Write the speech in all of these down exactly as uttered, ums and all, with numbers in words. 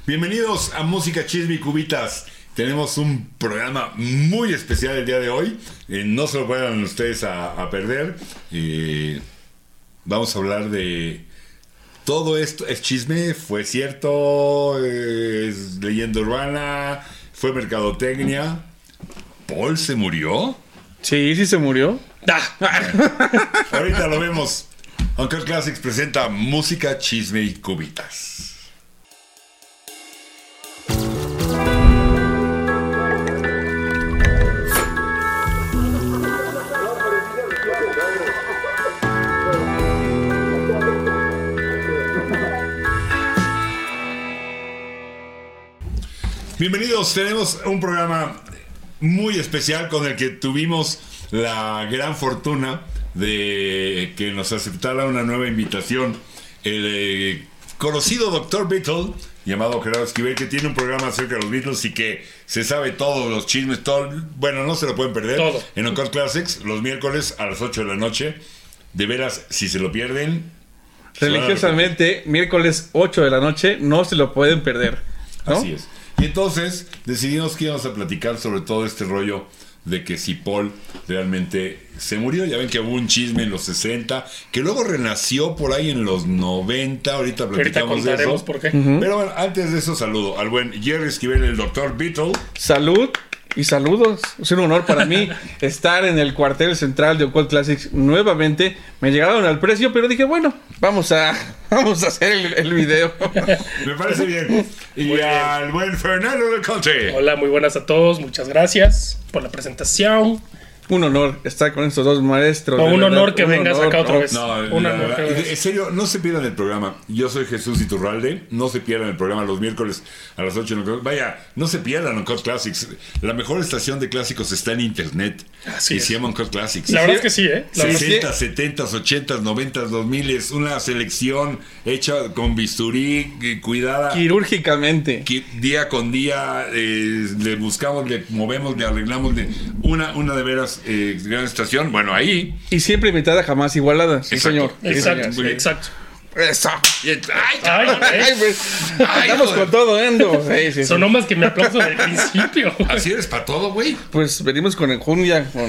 Bienvenidos a Música, Chisme y Cubitas. Tenemos un programa muy especial el día de hoy. Eh, no se lo vayan ustedes a, a perder. Eh, vamos a hablar de todo esto. ¿Es chisme? ¿Fue cierto? ¿Es leyenda urbana? ¿Fue mercadotecnia? ¿Paul se murió? Sí, sí se murió. Ahorita lo vemos. Uncut Classics presenta Música, Chisme y Cubitas. Bienvenidos, tenemos un programa muy especial con el que tuvimos la gran fortuna de que nos aceptara una nueva invitación el eh, conocido doctor Beatle, llamado Gerardo Esquivel, que tiene un programa acerca de los Beatles y que se sabe todos los chismes, todo, bueno, no se lo pueden perder, todo. En Uncut Classics, los miércoles a las ocho de la noche. De veras, si se lo pierden, religiosamente, miércoles ocho de la noche, no se lo pueden perder, ¿no? Así es. Y entonces decidimos que íbamos a platicar sobre todo este rollo de que si Paul realmente se murió. Ya ven que hubo un chisme en los sesenta, que luego renació por ahí en los noventa. Ahorita platicamos Ahorita de eso. por qué. Uh-huh. Pero bueno, antes de eso saludo al buen Jerry Esquivel, el doctor Beatle. Salud y saludos. Es un honor para mí estar en el cuartel central de Uncut Classics nuevamente. Me llegaron al precio, pero dije, bueno, vamos a, vamos a hacer el, el video. Me parece bien. Y Muy bien. al buen Fernando del Conte. Hola, muy buenas a todos. Muchas gracias por la presentación. Un honor estar con estos dos maestros. No, de un verdad, honor que un vengas honor, acá otra ¿no? vez. No, Una la verdad, mujer. en serio, no se pierdan el programa. Yo soy Jesús Iturralde. No se pierdan el programa los miércoles a las ocho. Vaya, no se pierdan Uncut Classics. La mejor estación de clásicos está en internet. Así y es. se llama Uncut Classics. La verdad es que sí, ¿eh? La verdad- sesenta, setenta, ochenta, noventa, dos mil. Es una selección hecha con bisturí, eh, cuidada. Quirúrgicamente. Que día con día eh, le buscamos, le movemos, le arreglamos. Le, una, una de veras eh, gran estación. Bueno, ahí. Y siempre invitada, jamás igualada. Sí, Exacto. señor. Sí, Exacto, señor, sí. exacto. Eso. Ay, Ay, Ay, ¿eh? pues, Ay, estamos joder. con todo, Endo. Sí, sí, sí. Sonó más que mi aplauso del principio. así eres para todo, güey. Pues venimos con enjundia. Con...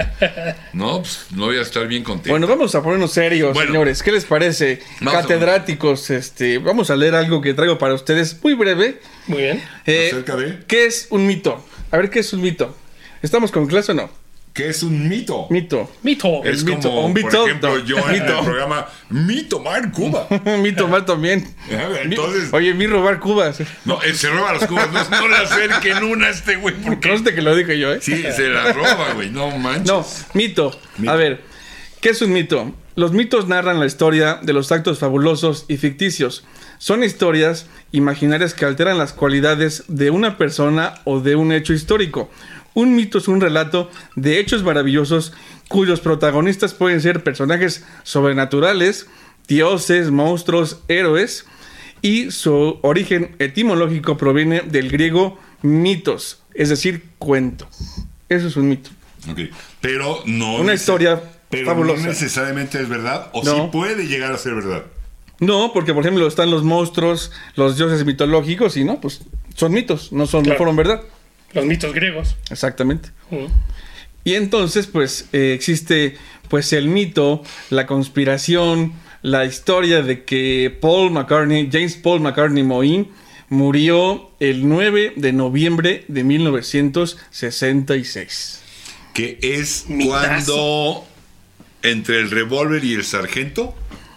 No, pues no voy a estar bien contento. Bueno, vamos a ponernos serios, Bueno. señores. ¿Qué les parece? Vamos a- Catedráticos, este, vamos a leer algo que traigo para ustedes muy breve. Muy bien. Eh, Acerca de ¿Qué es un mito? A ver, ¿qué es un mito? ¿Estamos con clase o no? ¿qué es un mito? Mito. Mito. Es El mito, como, un mito, por ejemplo, no. yo en Mito. el programa Mito Mar Cuba. mito mal también. Entonces, Oye, mi robar cubas. no, él se roba las cubas. No, no le acerquen una a este güey porque Conste que lo dije yo, ¿eh? sí, se las roba, güey. No manches. No, mito. Mito. A ver, ¿qué es un mito? Los mitos narran la historia de los actos fabulosos y ficticios. Son historias imaginarias que alteran las cualidades de una persona o de un hecho histórico. Un mito es un relato de hechos maravillosos cuyos protagonistas pueden ser personajes sobrenaturales, dioses, monstruos, héroes, y su origen etimológico proviene del griego mitos, es decir, cuento. Eso es un mito. Ok. Pero no. Una neces- historia Pero fabulosa. no necesariamente es verdad. O No. sí puede llegar a ser verdad. No, porque por ejemplo están los monstruos, los dioses mitológicos y no, pues son mitos, no son, no Claro. fueron verdad. Los mitos griegos. Exactamente. Mm. Y entonces, pues, eh, existe pues el mito, la conspiración, la historia de que Paul McCartney, James Paul McCartney Moeen, murió el nueve de noviembre de mil novecientos sesenta y seis. Que es Mitazo. cuando entre el revólver y el sargento.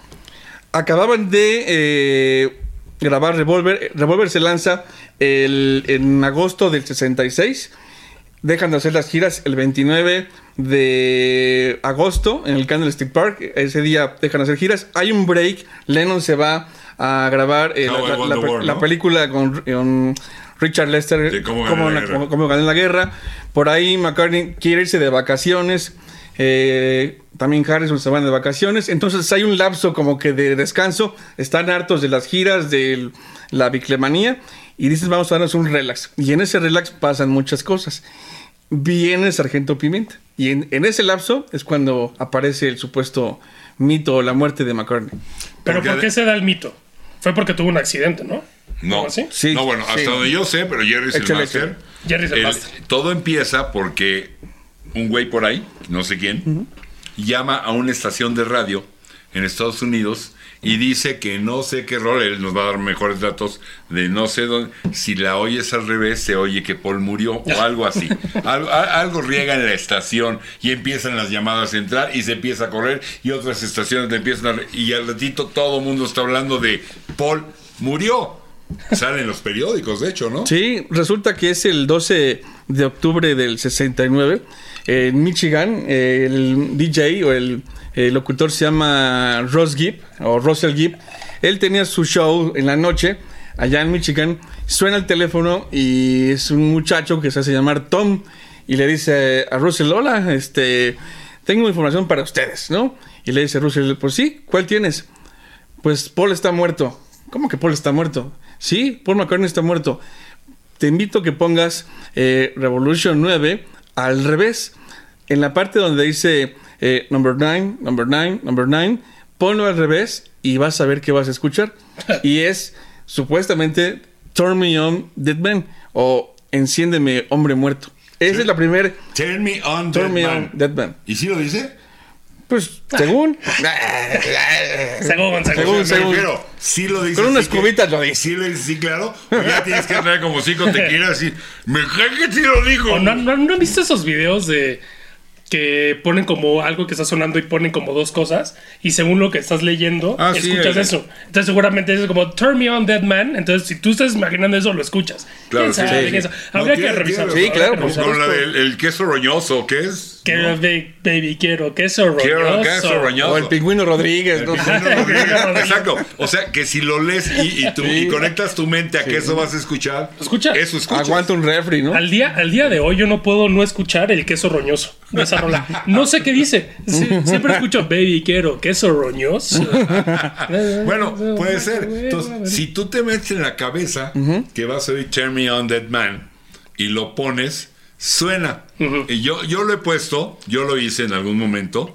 Acababan de eh, grabar Revolver. Revolver se lanza el, en agosto del sesenta y seis. Dejan de hacer las giras el veintinueve de agosto en el Candlestick Park. Ese día dejan de hacer giras. Hay un break. Lennon se va a grabar eh, How I la, Won la- the la- War, la ¿no? película con, con Richard Lester. De cómo gané cómo, la la- guerra. cómo- cómo gané la guerra. Por ahí McCartney quiere irse de vacaciones. Eh, también Harrison se van de vacaciones. Entonces hay un lapso como que de descanso. Están hartos de las giras, de la biclemanía. Y dices, vamos a darnos un relax. Y en ese relax pasan muchas cosas. Viene el Sargento Pimienta. Y en, en ese lapso es cuando aparece el supuesto mito o la muerte de McCartney. Pero Porque ¿por de- qué se da el mito? Fue porque tuvo un accidente, ¿no? No, ¿Cómo así? Sí, no, bueno, hasta sí. donde yo sé, pero Jerry es el Échale, máster. Jerry es el El- máster. Todo empieza porque un güey por ahí, no sé quién, uh-huh. llama a una estación de radio en Estados Unidos y dice que no sé qué rol, él nos va a dar mejores datos de no sé dónde, si la oyes al revés se oye que Paul murió o algo así. algo, a, algo riega en la estación y empiezan las llamadas a entrar y se empieza a correr y otras estaciones le empiezan a... Y al ratito todo el mundo está hablando de Paul murió. Salen los periódicos, de hecho, ¿no? Sí, resulta que es el doce de octubre del sesenta y nueve. Eh, en Michigan, eh, el D J o el, el locutor se llama Ross Gibb o Russell Gibb. Él tenía su show en la noche allá en Michigan. Suena el teléfono y es un muchacho que se hace llamar Tom y le dice a Russell: hola, este, tengo información para ustedes, ¿no? Y le dice a Russell: pues sí, ¿cuál tienes? Pues Paul está muerto. ¿Cómo que Paul está muerto? Sí, Paul McCartney está muerto. Te invito a que pongas eh, Revolution nueve al revés. En la parte donde dice eh, number nine, number nine, number nine, ponlo al revés y vas a ver qué vas a escuchar. Y es supuestamente Turn Me On Dead Man o Enciéndeme Hombre Muerto. Esa Sí. es la primera. Turn Me On Turn Dead Me Man. On Dead Man. ¿Y si lo dice? Pues, según. Según, según. Según, Me según. refiero, sí lo dice. Con unas sí que- cubitas lo dice. Sí, lo dice, sí, claro. O ya tienes que traer como cinco tequilas y me cae que sí lo dijo. ¿O no, no, ¿No han visto esos videos de que ponen como algo que está sonando y ponen como dos cosas? Y según lo que estás leyendo, Ah, sí, escuchas eh. eso. Entonces seguramente es como Turn Me On Dead Man. Entonces si tú estás imaginando eso, lo escuchas. Claro, ¿Quién sí, sabe? sí, ¿Quién sí. sabe? No, Habría tiene- que revisarlo. tiene- Sí, claro, habría que por Con revisarlo. la del el queso roñoso, ¿qué es? Que baby, baby, quiero queso roñoso. Quiero queso roñoso. O el Pingüino Rodríguez, ¿no? Exacto. O sea, que si lo lees y, y, tú, y conectas tu mente a que eso vas a escuchar, Escucha. eso escuchas. Aguanta un refri, ¿no? Al día, al día de hoy yo no puedo no escuchar el queso roñoso de esa rola. No sé qué dice. Sí, siempre escucho baby, quiero queso roñoso. Bueno, puede ser. Entonces, si tú te metes en la cabeza que vas a oír Turn Me On Dead Man y lo pones, suena. Ujú. Y yo, yo lo he puesto, yo lo hice en algún momento.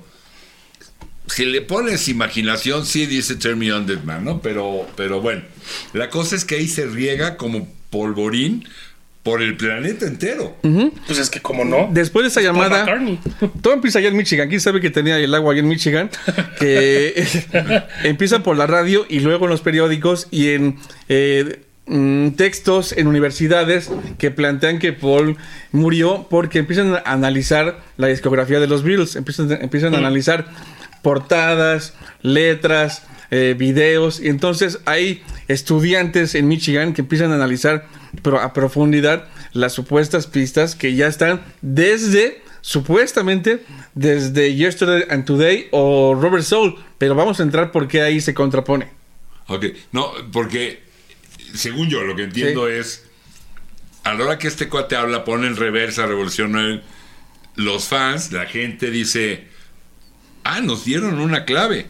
Si le pones imaginación, sí dice Turn Me On Dead Man, ¿no? Pero, pero bueno, la cosa es que ahí se riega como polvorín por el planeta entero. Pues es que como no. Después de esa Paul llamada, McCartney. todo empieza allá en Michigan. ¿Quién sabe que tenía el agua allá en Michigan? Que empieza por la radio y luego en los periódicos y en eh, mm, textos en universidades que plantean que Paul murió porque empiezan a analizar la discografía de los Beatles. Empiezan, empiezan a analizar portadas, letras, eh, videos. Y entonces hay estudiantes en Michigan que empiezan a analizar pero a profundidad las supuestas pistas que ya están desde, supuestamente, desde Yesterday and Today o Rubber Soul. Pero vamos a entrar porque ahí se contrapone. Ok, no, porque según yo lo que entiendo es, a la hora que este cuate habla, pone en reversa Revolución nueve, los fans, la gente dice, ah, nos dieron una clave.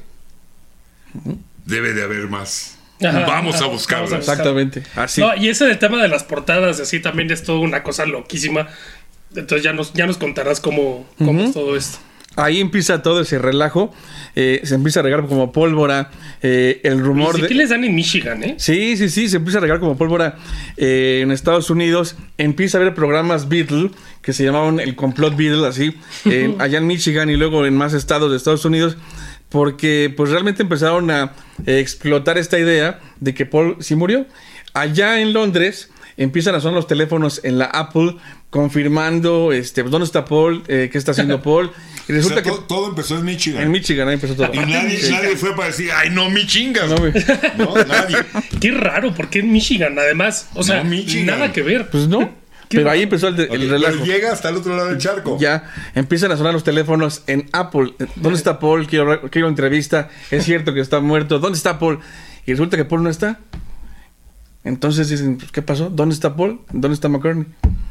Debe de haber más. Ajá, Vamos ajá, a buscarla. vamos a buscar. Exactamente. Así. No, y ese del tema de las portadas, así también es toda una cosa loquísima. Entonces ya nos, ya nos contarás cómo, cómo es todo esto. Ahí empieza todo ese relajo. Eh, se empieza a regar como pólvora. eh, el rumor ¿Y de... qué les dan en Michigan, eh? Sí, sí, sí, se empieza a regar como pólvora eh, en Estados Unidos. Empieza a haber programas Beatle que se llamaban el complot Beatle, así, eh, allá en Michigan y luego en más estados de Estados Unidos, porque pues realmente empezaron a eh, explotar esta idea de que Paul sí murió. Allá en Londres empiezan a sonar los teléfonos en la Apple confirmando, este, pues, ¿dónde está Paul? Eh, ¿Qué está haciendo Paul? Y O resulta sea, to- que todo empezó en Michigan. en Michigan ahí empezó todo. Y nadie, Sí. nadie fue para decir, ay, no, mi chingas. No, No, güey. nadie. Qué raro, porque en Michigan, además. O sea, No, Michigan. nada que ver. Pues no. Qué Pero raro. ahí empezó el, de- Ok, el relajo. pero llega hasta el otro lado del charco. Ya empiezan a sonar los teléfonos en Apple. ¿Dónde está Paul? Quiero, hablar- quiero entrevista. Es cierto que está muerto. ¿Dónde está Paul? Y resulta que Paul no está. Entonces dicen, pues, ¿qué pasó? ¿Dónde está Paul? ¿Dónde está McCartney?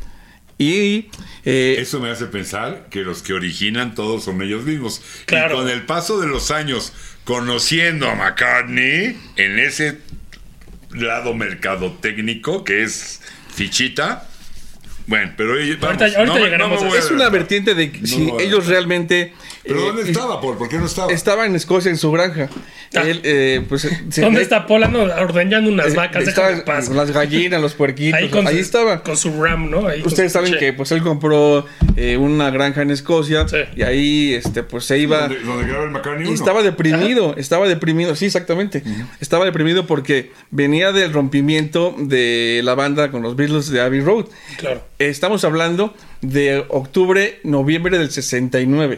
Y eh, Eso me hace pensar que los que originan todos son ellos mismos. Claro. Y con el paso de los años, conociendo a McCartney en ese lado mercadotécnico que es fichita. Bueno, pero ellos- Ahorita- vamos, ahorita me- llegaremos me a voy es una vertiente de que No si lo voy a ellos dejar. realmente ¿Pero Eh, dónde y- estaba, Paul? ¿Por qué no estaba? Estaba en Escocia, en su granja. Ah. Él, eh, pues, se- ¿Dónde eh, está Paul? Ando ordeñando unas eh, vacas, estaba déjame en paz. con las gallinas, los puerquitos. Ahí, Ahí, con su, estaba. Con su RAM, ¿no? Ahí con Ustedes su saben coche. que pues él compró eh, una granja en Escocia Sí. y ahí este pues se iba ¿Dónde, dónde graba el McCartney y uno? estaba deprimido, estaba deprimido, sí, exactamente. Estaba deprimido porque venía del rompimiento de la banda con los Beatles de Abbey Road. Claro. Estamos hablando de octubre, noviembre del sesenta y nueve.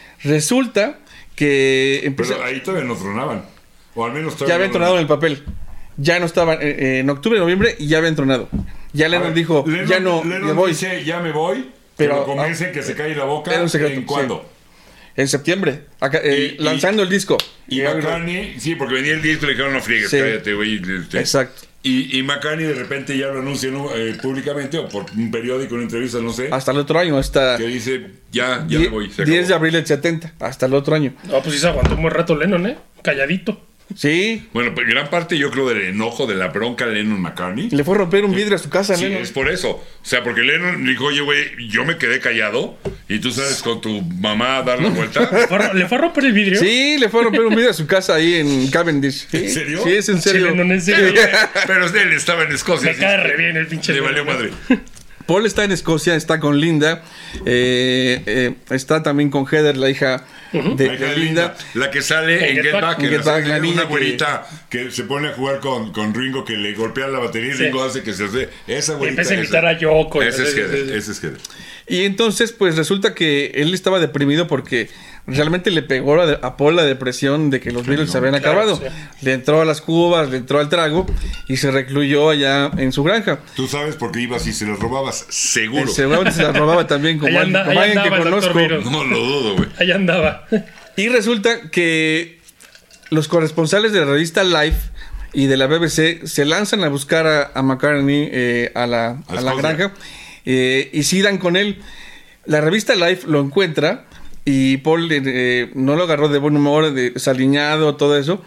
Resulta que empieza, Pero ahí todavía no tronaban. O al menos ya todavía había no- entronado en el papel. Ya no estaba eh, eh, en octubre, noviembre y ya había entronado. Ya A Lennon ver, dijo, Lennon- ya no, Lennon ya voy. dice, ya me voy, Pero, pero, convencen que se cae la boca. era un secreto, ¿En sí. cuándo? En septiembre, acá, eh, Y- y- lanzando el disco. Y Abbey Road. McCartney, sí, porque venía el disco y le dijeron, no friegues, Sí. cállate, güey. este. Exacto. Y, y McCartney de repente ya lo anuncia, ¿no? eh, públicamente o por un periódico, una entrevista, no sé, Hasta el otro año, hasta que dice, ya, ya me die- voy. se diez de acabó. abril del setenta, hasta el otro año. No, pues sí se aguantó un buen rato Lennon, ¿eh? Calladito. Sí, Bueno, pues gran parte yo creo del enojo, de la bronca de Lennon-McCartney. le fue a romper un vidrio a su casa, Sí, Lennon. es por eso. O sea, porque Lennon dijo, oye, güey, yo me quedé callado y tú sales con tu mamá a dar la vuelta. Fue a ro- ¿Le fue a romper el vidrio? Sí, le fue a romper un vidrio a su casa ahí en Cavendish. Sí, ¿En serio? Sí, es en Sí, serio. Lennon, en serio. Pero él estaba en Escocia. Me así cae es que re bien el pinche Le Lennon, valió ¿no? madre. Paul está en Escocia, está con Linda, eh, eh, está también con Heather, la hija de, La hija de de Linda. Linda, la que sale En en Get Get Back. Back, En en Get la Back, la serie, niña una que- güerita que... se pone a jugar con, con Ringo, que le golpea la batería y Sí. Ringo hace que se hace. Esa Y güerita. empieza a esa- invitar a Yoko. Ese es Sí, sí, Heather, sí. ese es Heather. Y entonces, pues resulta que él estaba deprimido porque realmente le pegó la de- a Paul la depresión de que los Beatles se habían claro, acabado. sí. Le entró a las cubas, le entró al trago y se recluyó allá en su granja. Tú sabes por qué ibas y se las robabas, seguro. Seguramente se la robaba también como, Ahí alguien- anda- como ahí alguien que andaba el doctor conozco. Virus. No lo dudo, güey. Allá andaba. Y resulta que los corresponsales de la revista Life y de la B B C se lanzan a buscar a, a McCartney eh, a la, A a la Escocia. granja eh, y sí dan con él. La revista Life lo encuentra y Paul eh, no lo agarró de buen humor, de, desaliñado, todo eso.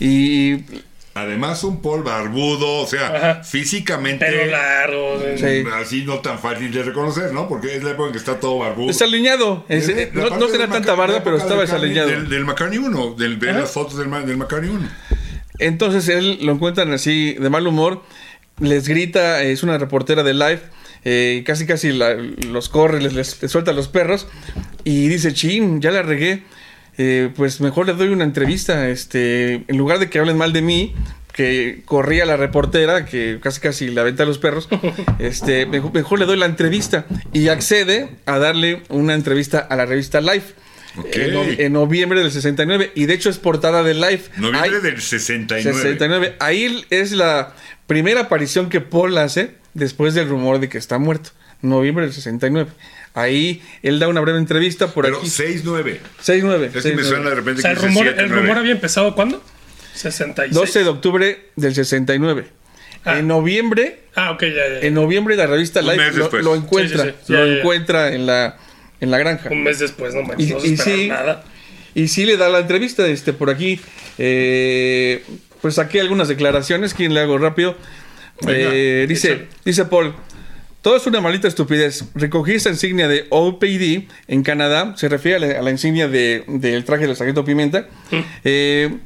Y Además, un Paul barbudo, o sea, Ajá. físicamente. Pelo largo. mm, Sí. Así no tan fácil de reconocer, ¿no? Porque es la época en que está todo barbudo. desaliñado. Es- Es de- eh, la no, parte no del tenía Maca- tanta la barba, pero época estaba del Carney- desaliñado. Del, del McCartney uno, del, ver Ajá. las fotos del, Ma- del McCartney uno. Entonces él lo encuentran así de mal humor, les grita, es una reportera de Life, eh, casi casi la- los corre, les, les- les suelta a los perros y dice, chin, ya la regué, eh, pues mejor le doy una entrevista, este, en lugar de que hablen mal de mí, que corría la reportera, que casi casi le aventa a los perros, este, mejor, mejor le doy la entrevista y accede a darle una entrevista a la revista Life. Ok. En, no- en noviembre del sesenta y nueve y de hecho es portada de Life. Noviembre Hay- del sesenta y nueve. sesenta y nueve. Ahí es la primera aparición que Paul hace después del rumor de que está muerto. Noviembre del sesenta y nueve. Ahí él da una breve entrevista por Pero aquí. seis nueve. seis nueve. Es que me suena de repente O sea, el que dice rumor, siete, el nueve. rumor había empezado ¿cuándo? sesenta y seis. doce de octubre del sesenta y nueve. Ah. En noviembre, Ah, ok, ya, ya. en noviembre la revista Un Life mes lo, después. lo encuentra. Sí, sí, sí. Lo Ya, ya, ya. encuentra en la, en la granja. Un mes después, no manches, Y- no se y esperaron sí. nada. Y sí le da la entrevista, este, por aquí. eh, pues saqué algunas declaraciones. ¿Quién le hago rápido? Venga, Eh, dice, échale. dice Paul. Todo es una maldita estupidez. Recogí esa insignia de O P D en Canadá. Se refiere a la, a la insignia de- del traje del sargento Pimienta. Eh,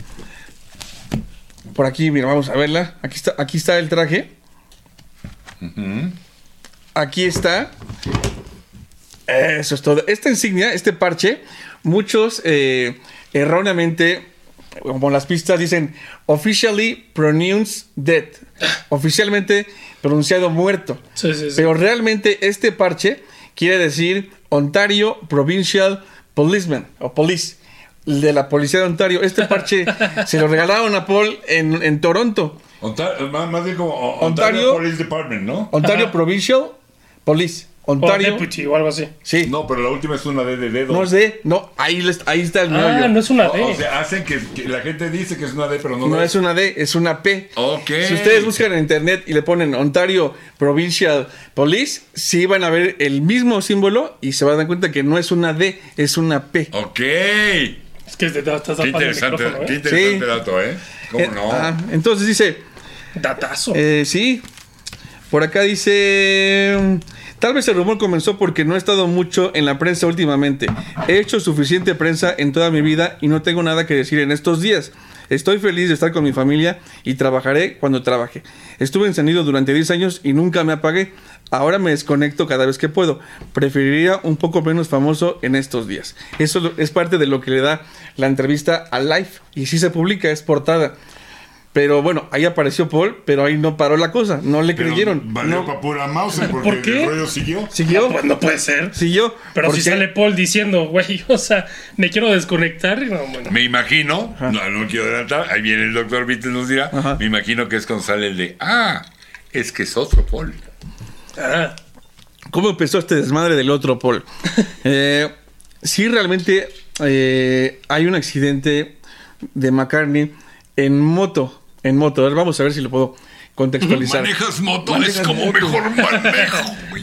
por aquí, mira, vamos a verla. Aquí está, aquí está el traje. Aquí está. Eso es todo. Esta insignia, este parche, muchos eh, erróneamente, como las pistas dicen, officially pronounced dead. Oficialmente pronunciado muerto. Sí, sí, sí. Pero realmente este parche quiere decir Ontario Provincial Policeman o Police, de la policía de Ontario. Este parche se lo regalaron a Paul en, en Toronto. Ontario, más, más bien como O- Ontario- Ontario Police Department, ¿no? Ontario Ajá. Provincial Police. O Ontario. Deputy o algo así. Sí. No, pero la última es una D de dedo. No es D. No, ahí, les- ahí está el meollo. Ah, no es una O, D. o sea, hacen que, que la gente dice que es una D, pero no, No lo es una D, es una P. Ok. Si ustedes buscan en internet y le ponen Ontario Provincial Police, sí van a ver el mismo símbolo y se van a dar cuenta que no es una D, es una P. Ok. Qué Es que te, te estás tapando el interesante, micrófono, qué ¿eh? interesante Sí. dato, ¿eh? ¿Cómo Eh, no? ah, entonces dice, Datazo. eh, sí, por acá dice, Tal vez el rumor comenzó porque no he estado mucho en la prensa últimamente. He hecho suficiente prensa en toda mi vida y no tengo nada que decir en estos días. Estoy feliz de estar con mi familia y trabajaré cuando trabaje. Estuve encendido durante diez años y nunca me apagué. Ahora me desconecto cada vez que puedo. Preferiría un poco menos famoso en estos días. Eso es parte de lo que le da la entrevista a Life. Y sí se publica, es portada. Pero bueno, ahí apareció Paul, pero ahí no paró la cosa. No le Pero creyeron. Valió No. para pura mouse porque ¿Por qué? el rollo siguió. ¿Siguió? No, pues no puede ser. ¿Siguió? Pero ¿Por si qué? sale Paul diciendo, güey, o sea, me quiero desconectar. No, bueno. Me imagino, no, no quiero adelantar, ahí viene el doctor Vites nos dirá, Ajá. me imagino que es cuando sale el de, ah, es que es otro Paul. Ah, ¿Cómo empezó este desmadre del otro Paul? eh, sí, realmente eh, hay un accidente de McCartney en moto. En moto. A ver, vamos a ver si lo puedo contextualizar. Manejas moto, Manejas es como moto. mejor manejo, güey.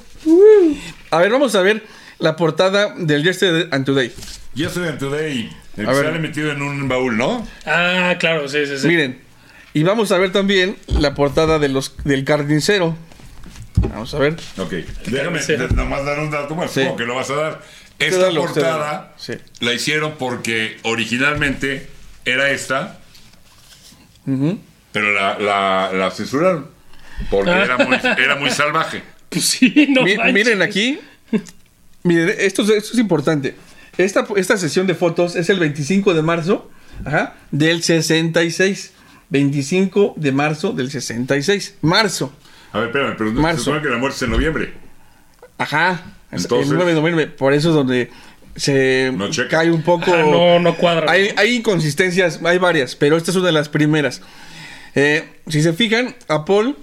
A ver, vamos a ver la portada del Yesterday and Today. Yesterday Today, el A que ver. sale metido en un baúl, ¿no? ah, claro, sí, sí, sí. Miren. Y vamos a ver también la portada de los, del carnicero. Vamos a ver. Ok, déjame Sí. de- nomás dar un dato más, Sí. supongo que lo vas a dar. Esta Usted dalo, portada usted dalo. Sí. la hicieron porque originalmente era esta, Ujú. pero la, la, la censuraron. Porque Ah. era muy, era muy salvaje. Pues sí, no Mi- manches. miren aquí. Miren, esto, es- esto es importante. Esta, esta sesión de fotos es el veinticinco de marzo ajá, del sesenta y seis. veinticinco de marzo del sesenta y seis. Marzo. A ver, espérame, pero Marzo. se supone que la muerte es en noviembre. Ajá. Entonces- el nueve de noviembre. Por eso es donde se No checa. cae un poco. Ah, no, no cuadra. Hay, hay inconsistencias, hay varias, pero esta es una de las primeras. Eh, si se fijan, a Paul,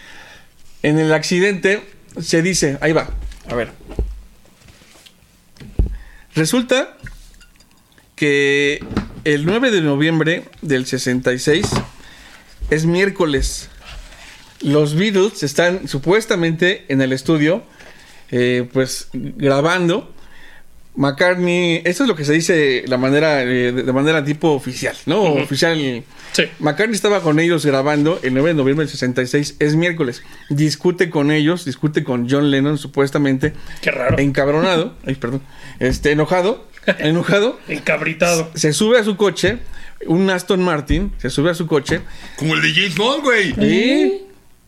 en el accidente, se dice, ahí va, a ver. Resulta que el nueve de noviembre del sesenta y seis es miércoles. Los Beatles están supuestamente en el estudio, eh, pues grabando. McCartney, esto es lo que se dice la manera, eh, de de manera tipo oficial, ¿no? Ujú. Oficial. Sí. McCartney estaba con ellos grabando el nueve de noviembre del sesenta y seis, es miércoles. Discute con ellos, discute con John Lennon, supuestamente. Qué raro. Encabronado, ay, perdón, este, enojado, enojado. Encabritado. Se sube a su coche, un Aston Martin, se sube a su coche Como el de James Bond, güey. y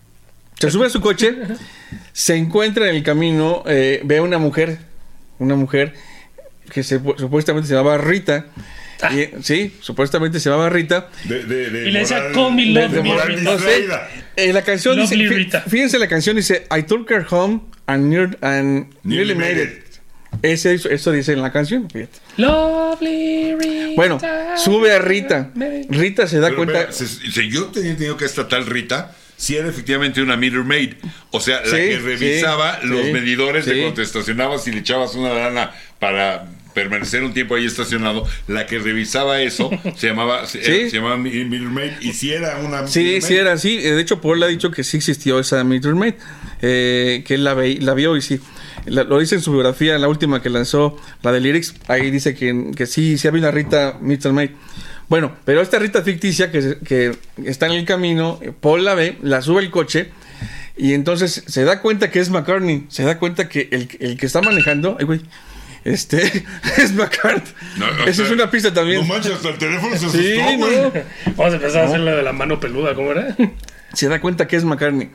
se sube a su coche, se encuentra en el camino, eh, ve a una mujer, una mujer que se, supuestamente se llamaba Rita. Ah. Y, sí, supuestamente se llamaba Rita. De, de, de Y le decía, moral- "Call me de- love de me, moral Rita". No sé, distraída. eh, la canción dice, Lovely fí- Rita. fíjense la canción dice I took her home and, near, and nearly made it. Ese, eso, eso dice en la canción, fíjate. Lovely Rita. Bueno, sube a Rita. Rita se da Pero, cuenta. espera, se- se- yo tenía entendido que esta tal Rita sí era efectivamente una meter maid. O sea, la Sí, que revisaba sí, los sí, medidores de sí. cuando te estacionabas y le echabas una lana para permanecer un tiempo ahí estacionado. La que revisaba eso se llamaba, se, Sí. era- se llamaba mi- meter maid y si era una Sí, meter sí maid. era así. Eh, De hecho, Paul ha dicho que sí existió esa Meter Maid, eh, que él la, ve- la vio y sí. La- lo dice en su biografía, la última que lanzó, la de Lyrics. Ahí dice que, que sí, sí había una Rita Meter Maid. Bueno, pero esta Rita ficticia que, que está en el camino, eh, Paul la ve, la sube al coche y entonces se da cuenta que es McCartney. Se da cuenta que el, el que está manejando, ay güey, este es McCartney. No, o Esa sea, es una pista también. No manches, hasta el teléfono se asustó, Sí, güey. no. Vamos a empezar a hacer la de la mano peluda, ¿cómo era? Se da cuenta que es McCartney.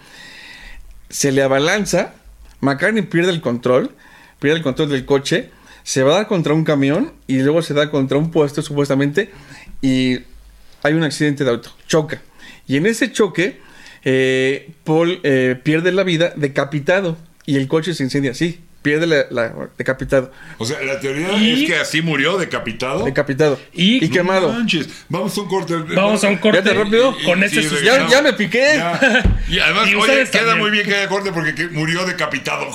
Se le abalanza. McCartney pierde el control. Pierde el control del coche. Se va a dar contra un camión. Y luego se da contra un puesto, supuestamente. Y hay un accidente de auto. Choca. Y en ese choque, eh, Paul eh, pierde la vida decapitado. Y el coche se incendia así. Pierde la, la- decapitado. O sea, la teoría Y- es que así murió, decapitado. Decapitado. Y- y quemado. No manches. Vamos a un corte. Vamos a un corte. ¿Ya te rápido? Con Y- este sí, sus- Ya, regresamos. ya me piqué. Ya. Y además, Y oye, ustedes queda también. muy bien que haya corte porque que murió decapitado.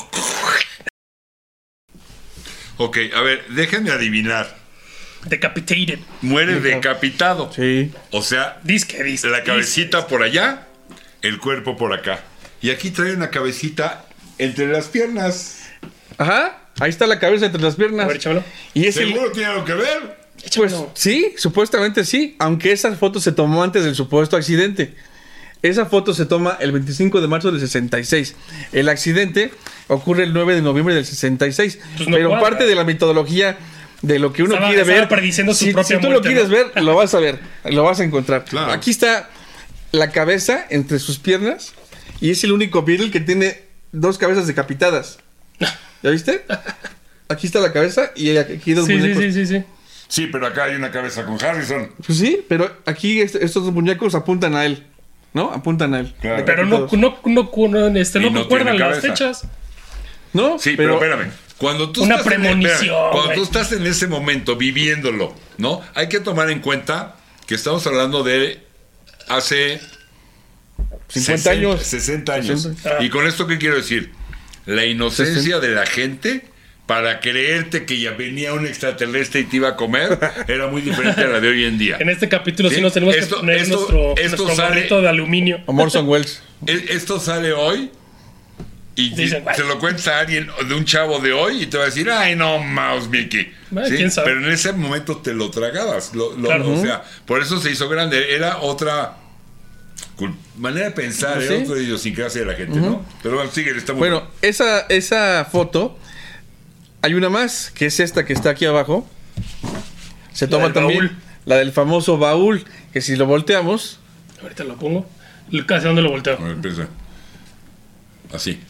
Ok, a ver, déjenme adivinar. Decapitated. Muere decapitado. Sí. O sea, Disque, disque. la cabecita por allá, el cuerpo por acá. Y aquí trae una cabecita entre las piernas. Ajá. Ahí está la cabeza entre las piernas. A ver, échamelo. Y es el, ¿Seguro tiene algo que ver? Pues sí, supuestamente sí, aunque esa foto se tomó antes del supuesto accidente. Esa foto se toma el veinticinco de marzo del sesenta y seis. El accidente ocurre el nueve de noviembre del sesenta y seis. Pues no pero cuadra. parte de la mitología de lo que uno Estaba- quiere estaba ver. prediciendo su si, propia si tú muerte, lo quieres ¿no? ver, lo vas a ver. Lo vas a encontrar. Claro. Aquí está la cabeza entre sus piernas. Y es el único Beatle que tiene dos cabezas decapitadas. ¿Ya viste? Aquí está la cabeza y aquí dos Sí, sí, muñecos. sí, sí, sí. Sí, pero acá hay una cabeza con Harrison. Pues sí, pero aquí est- estos dos muñecos apuntan a él. ¿No? Apuntan a él. Claro. Pero no, Decapitados. no, no, no, este, Y no no concuerdan tiene las cabeza. fechas. No, Sí, pero, espérame. Cuando tú Una estás en- premonición, espérame, cuando güey. tú estás en ese momento viviéndolo, ¿no? Hay que tomar en cuenta que estamos hablando de hace cincuenta años. sesenta años. sesenta. Ah. ¿Y con esto qué quiero decir? La inocencia sesenta. de la gente para creerte que ya venía un extraterrestre y te iba a comer era muy diferente a la de hoy en día. En este capítulo sí, Sí, nos tenemos esto- que poner esto- nuestro, esto nuestro sale- gorrito de aluminio. O Orson Welles. E- Esto sale hoy y Dicen, se lo cuentas a alguien de un chavo de hoy y te va a decir, ay, no, Mouse Mickey. Ay, ¿Sí? quién sabe. Pero en ese momento te lo tragabas. Lo- lo- Claro. O sea, por eso se hizo grande. Era otra cul- manera de pensar, Sí. era otra idiosincrasia de la gente, ¿no? Pero bueno, sigue, está muy Bueno, esa, esa foto, hay una más, que es esta que está aquí abajo. Se La toma del también baúl. la del famoso baúl, que si lo volteamos, Ahorita lo pongo. ¿Hacia dónde lo volteo? A ver, empieza. Así.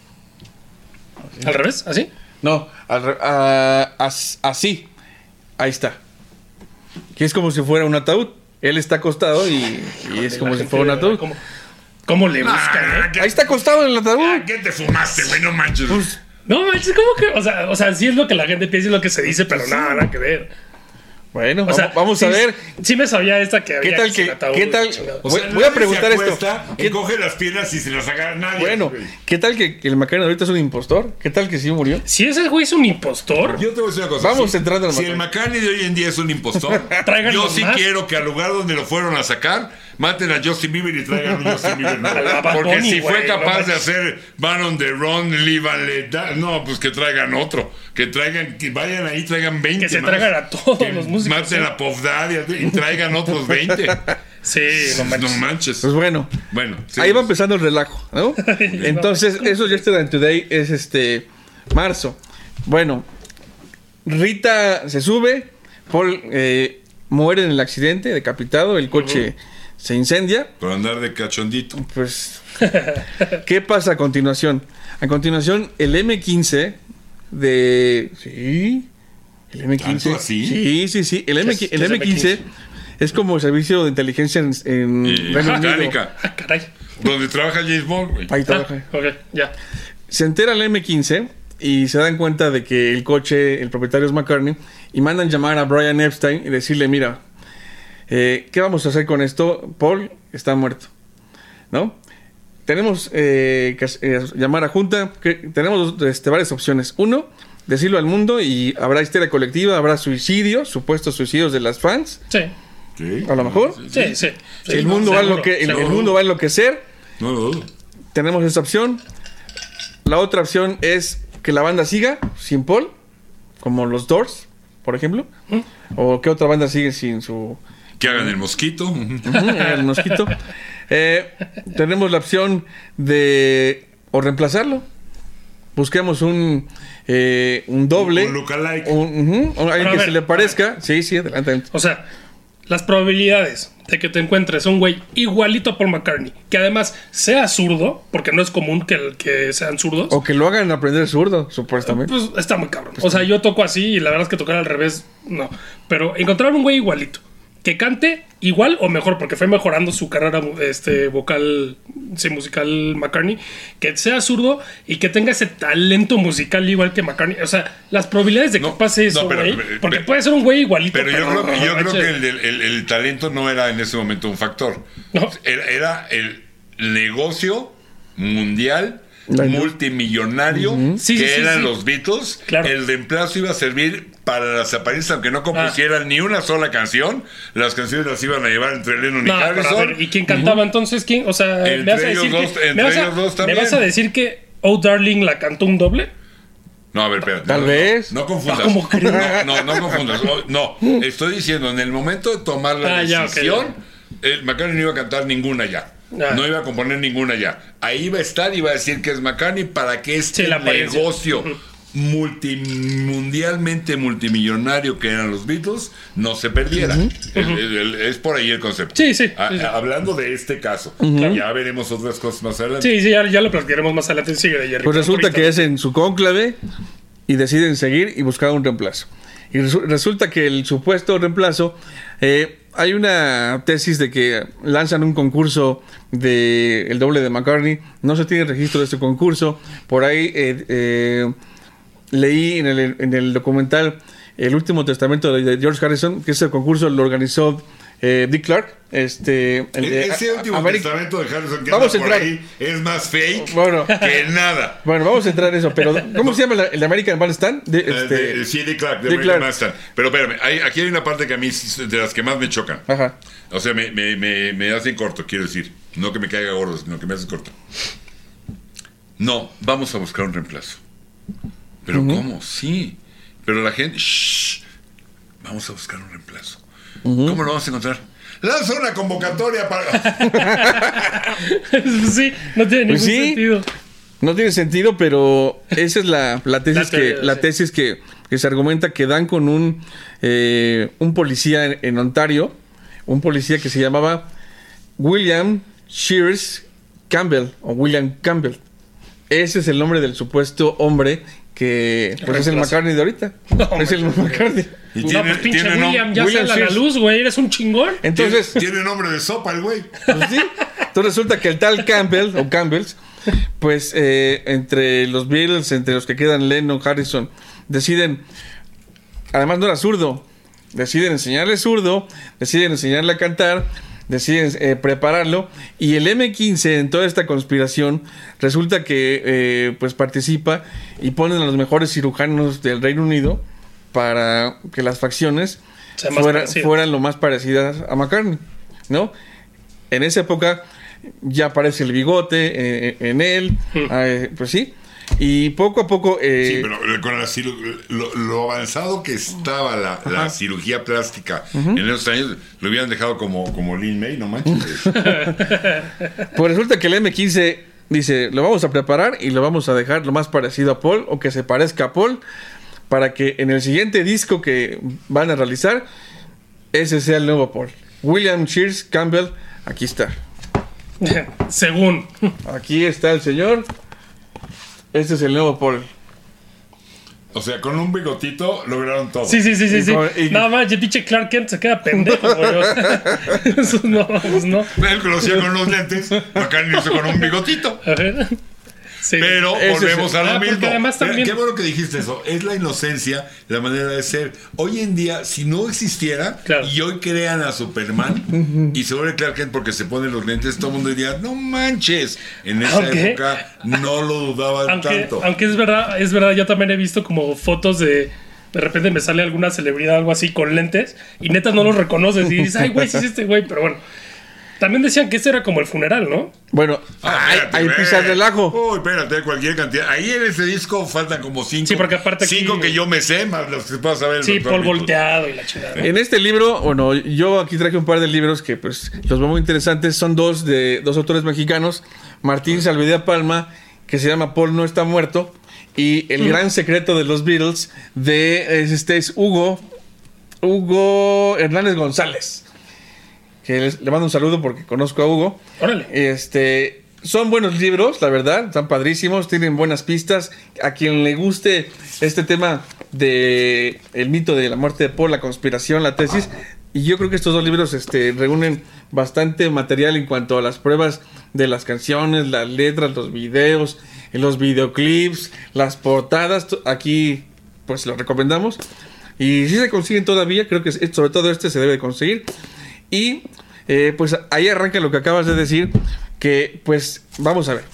¿Al revés? ¿Así? no, al re- a- as- así, ahí está. Que es como si fuera un ataúd. Él está acostado y, y es La como si gente, fuera un ataúd. ¿Cómo, cómo le buscan, Ah, eh? ¿qué, Ahí está acostado en el ataúd. ah, ¿qué te fumaste, güey? No manches. Pues, No manches, ¿cómo que? O sea, o sea, sí es lo que la gente piensa y lo que se dice, pero nada, nada que ver. bueno, O sea, vamos, vamos sí- a ver. Sí me sabía esta que ¿Qué había tal sin que, ataúd, qué tal? chingado. O voy, sea, voy a nadie preguntar se esto. acuesta, ¿Qué- Encoge las piernas y se las agarra nadie. bueno, güey. ¿qué tal que, que el McCartney ahorita es un impostor? ¿Qué tal que sí murió? Si ese güey es un impostor, Yo te voy a decir una cosa. Vamos si, entrando al Si el McCartney. McCartney de hoy en día es un impostor, Tráiganos yo sí más. quiero que al lugar donde lo fueron a sacar, maten a Justin Bieber y traigan a Justin Bieber. ¿no? A Bad Porque Bunny, si fue güey, no capaz de manches. hacer Van on the Run, Live and Let Die, no, pues que traigan otro. Que traigan, que vayan ahí, traigan veinte. que se más. traigan a todos Que los músicos. Maten ¿eh? a Puff Daddy y traigan otros veinte. Sí, no manches. No manches. Pues bueno, Bueno, ahí va sí. empezando el relajo, ¿no? Entonces, eso Yesterday and Today es este marzo. Bueno, Rita se sube, Paul eh, muere en el accidente, decapitado, el coche se incendia. Por andar de cachondito. Pues, ¿qué pasa a continuación? A continuación, el eme quince de... Sí, el eme quince. ¿Tanto así? Sí, sí, sí. El, M, ¿Qué es- el qué es eme quince eme quince? es como el servicio de inteligencia en, en Y Reino Unido. mecánica. Ah, caray. Donde trabaja James Bond, güey. Ahí Ah, trabaja. ok, ya. Se entera el eme quince y se dan cuenta de que el coche, el propietario es McCartney, y mandan llamar a Brian Epstein y decirle, mira, eh, ¿qué vamos a hacer con esto? Paul está muerto, ¿no? Tenemos eh, que eh, llamar a junta, que tenemos este, varias opciones. Uno, decirlo al mundo y habrá histeria colectiva, habrá suicidios, supuestos suicidios de las fans. Sí, Sí. A lo mejor. sí, sí. sí, el, no, mundo va a seguro, enloque- el- el seguro. mundo va a enloquecer. No lo dudo. Tenemos esa opción. La otra opción es que la banda siga sin Paul, como los Doors, por ejemplo. ¿O qué otra banda sigue sin su... Que hagan el mosquito. Ujú, el mosquito? Eh, tenemos la opción de... o reemplazarlo. Busquemos un... eh, un doble. Un lookalike. Un, ujú, o alguien Pero a que ver, se le a parezca. Sí, sí, adelante. adelante. O sea, las probabilidades de que te encuentres un güey igualito a Paul McCartney, que además sea zurdo, porque no es común que, que sean zurdos, O que lo hagan aprender zurdo, supuestamente. pues está muy cabrón. O sea, yo toco así y la verdad es que tocar al revés, no. Pero encontrar un güey igualito, que cante igual o mejor, porque fue mejorando su carrera este, vocal, sí, musical McCartney, que sea zurdo y que tenga ese talento musical igual que McCartney. O sea, las probabilidades de que No, pase no, eso, pero- güey, pero- porque pero- puede ser un güey igualito. Pero yo creo, yo creo manches. que el, el- el talento no era en ese momento un factor. No. Era, era el negocio mundial, La- multimillonario, Sí, que sí, sí, eran sí. los Beatles. Claro. El reemplazo iba a servir para las apariencias, aunque no compusieran ni una sola canción. Las canciones las iban a llevar entre Lennon y No, pero a Harrison. ver, ¿y quién cantaba entonces? ¿Quién? O sea, Entre ¿me vas a ellos decir dos- que entre me vas a, ellos dos ¿me también. vas a decir que Oh Darling la cantó un doble? No, a ver, espérate. Tal no, vez. No, no confundas. Ah, ¿cómo crees? No, no, no confundas. Oh, No, estoy diciendo, en el momento de tomar la Ah, ya, ok, decisión, el McCartney no iba a cantar ninguna ya. Ah. No iba a componer ninguna ya. Ahí iba a estar y iba a decir que es McCartney para que este sí, negocio uh-huh. multimundialmente multimillonario que eran los Beatles no se perdiera. Uh-huh. Es, es, es por ahí el concepto. Sí, sí. A, sí, sí. Hablando de este caso, uh-huh. ya veremos otras cosas más adelante. Sí, sí, ya, ya lo platicaremos más adelante. Sigue de Jerry. Pues resulta que es en su cónclave y deciden seguir y buscar un reemplazo. Y resu- resulta que el supuesto reemplazo, eh, hay una tesis de que lanzan un concurso de el doble de McCartney, no se tiene registro de este concurso, por ahí eh, eh, leí en el, en el documental El último testamento de George Harrison, que ese concurso lo organizó eh, Dick Clark. Este, el de, ese a, último Ameri- testamento de Harrison que vamos anda a por ahí es más fake bueno, que nada. Bueno, vamos a entrar en eso, pero ¿cómo se llama el de American Bandstand? De, este, de, sí, Dick Clark, de Dick American Bandstand. Pero espérame, hay, aquí hay una parte que a mí de las que más me chocan. Ajá. O sea, me, me, me, me hacen corto, quiero decir. No que me caiga gordo, sino que me hacen corto. No, vamos a buscar un reemplazo. ¿Pero uh-huh. cómo? Sí. Pero la gente... Shh, vamos a buscar un reemplazo. Uh-huh. ¿Cómo lo vamos a encontrar? Lanza una convocatoria para... Sí, no tiene ningún pues sí, sentido. No tiene sentido, pero esa es la, la tesis, la teoría, que, la tesis sí. que, que se argumenta que dan con un, eh, un policía en, en Ontario, un policía que se llamaba William Shears Campbell, o William Campbell. Ese es el nombre del supuesto hombre que pues es el McCartney de ahorita. No, es el McCartney. Y tiene, no, pues pinche tiene William, nom- ya William sale a la luz, güey, eres un chingón. Entonces, tiene, tiene nombre de sopa el güey. Pues sí. Entonces resulta que el tal Campbell, o Campbells, pues eh, entre los Beatles, entre los que quedan Lennon, Harrison, deciden, además no era zurdo, deciden enseñarle zurdo, deciden enseñarle a cantar, deciden eh, prepararlo, y el eme quince en toda esta conspiración resulta que eh, pues participa y ponen a los mejores cirujanos del Reino Unido para que las facciones fuera, fueran lo más parecidas a McCartney, ¿no? En esa época ya aparece el bigote eh, en él, hmm. eh, pues sí, y poco a poco... Eh, sí, pero con la ciru- lo, lo avanzado que estaba la, la cirugía plástica uh-huh. en esos años, lo hubieran dejado como, como Lin May, no manches. Pues resulta que el eme quince dice, lo vamos a preparar y lo vamos a dejar lo más parecido a Paul, o que se parezca a Paul, para que en el siguiente disco que van a realizar, ese sea el nuevo Paul. William Shears Campbell, aquí está. Según. Aquí está el señor. Este es el nuevo Paul. O sea, con un bigotito lograron todo. Sí, sí, sí, sí. sí. Y... Nada más, el pinche Clark Kent se queda pendejo, güey. Eso no, pues no. Él lo hacía con los lentes, McCartney lo hizo con un bigotito. A ver. Sí. Pero ese volvemos es, a lo ah, mismo. Además también... Qué bueno que dijiste eso. Es la inocencia, la manera de ser. Hoy en día, si no existiera, claro. y hoy crean a Superman uh-huh. y se vuelve Clark Kent porque se ponen los lentes, todo el mundo diría, no manches. En esa aunque, época no lo dudaban aunque, tanto. Aunque es verdad, es verdad, yo también he visto como fotos de. De repente me sale alguna celebridad, algo así, con lentes, y neta no los reconoces. Y dices, ay, güey, sí es este güey, pero bueno. También decían que este era como el funeral, ¿no? Bueno, ah, hay pisas del ajo. Uy, espérate, cualquier cantidad. Ahí en ese disco faltan como cinco. Sí, porque aparte aquí... Cinco que yo me sé, más los que puedo saber. Sí, Paul volteado y la chingada. En este libro, bueno, yo aquí traje un par de libros que pues los veo muy interesantes. Son dos de dos autores mexicanos. Martín Salvedía Palma, que se llama Paul no está muerto. Y El mm. gran secreto de los Beatles, de este es Hugo, Hugo Hernández González. Que les, le mando un saludo porque conozco a Hugo. Órale. Este, son buenos libros, la verdad, están padrísimos, tienen buenas pistas. A quien le guste este tema de el mito de la muerte de Paul, la conspiración, la tesis, y yo creo que estos dos libros este, reúnen bastante material en cuanto a las pruebas de las canciones, las letras, los videos, los videoclips, las portadas. Aquí, pues los recomendamos. Y si se consiguen todavía, creo que sobre todo este se debe de conseguir. Y eh, pues ahí arranca lo que acabas de decir, que pues vamos a ver.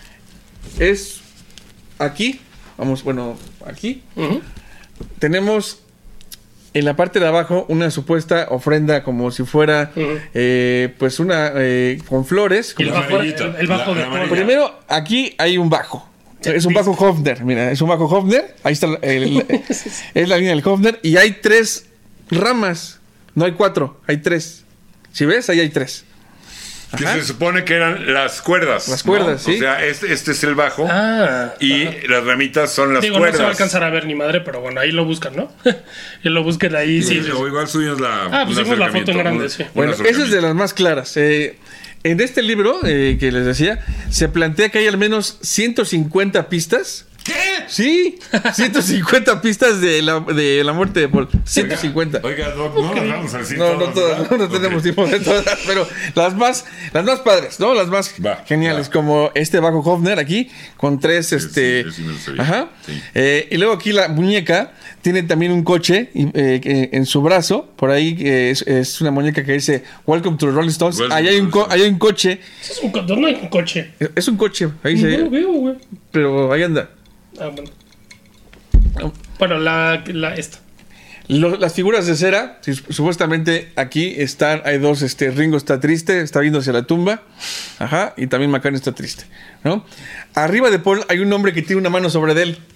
Es aquí, vamos, bueno, aquí. Uh-huh. Tenemos en la parte de abajo una supuesta ofrenda como si fuera uh-huh. eh, pues una eh, con flores. Y el bajo, el, el bajo la, de la primero, aquí hay un bajo. Es un bajo Hofner, mira, es un bajo Hofner. Ahí está el, el, es la línea del Hofner. Y hay tres ramas. No hay cuatro, hay tres. Si ves, ahí hay tres. Que Ajá. se supone que eran las cuerdas. Las cuerdas, ¿no? sí. O sea, este, este es el bajo. Ah, y ajá. las ramitas son las Digo, cuerdas. no se va a alcanzar a ver ni madre, pero bueno, ahí lo buscan, ¿no? Y lo busquen ahí, sí. Sí, sí, o sí. igual subimos la. Ah, pues un hicimos la foto en acercamiento, grande, un- sí. un Bueno, esa es de acercamiento. las más claras. Eh, en este libro eh, que les decía, se plantea que hay al menos ciento cincuenta pistas. ¿Qué? Sí, ciento cincuenta pistas de la, de la muerte de Paul. ciento cincuenta. Oiga, Doc, no las vamos a decir No, no todas, todas, ¿verdad? no, no tenemos Ok. tiempo de todas, pero las más, las más padres, ¿no? Las más Va, geniales, va. como este bajo Hofner aquí, con tres, este... sí, sí me lo sabía. Ajá. Sí. Eh, y luego aquí la muñeca tiene también un coche y, eh, que- en su brazo, por ahí eh, es, es una muñeca que dice Welcome to the Rolling Stones. Welcome Ahí to hay the un, co- Rolling ahí hay un coche, Eso es un co- ¿Dónde hay un coche? es- es un coche, ahí No se lo veo, güey. pero ahí anda. Ah, bueno. Bueno, la, la esta. Lo- las figuras de cera, si- supuestamente aquí están, hay dos, este, Ringo está triste, está viendo hacia la tumba, ajá, y también McCartney está triste, ¿no? Arriba de Paul hay un hombre que tiene una mano sobre de él.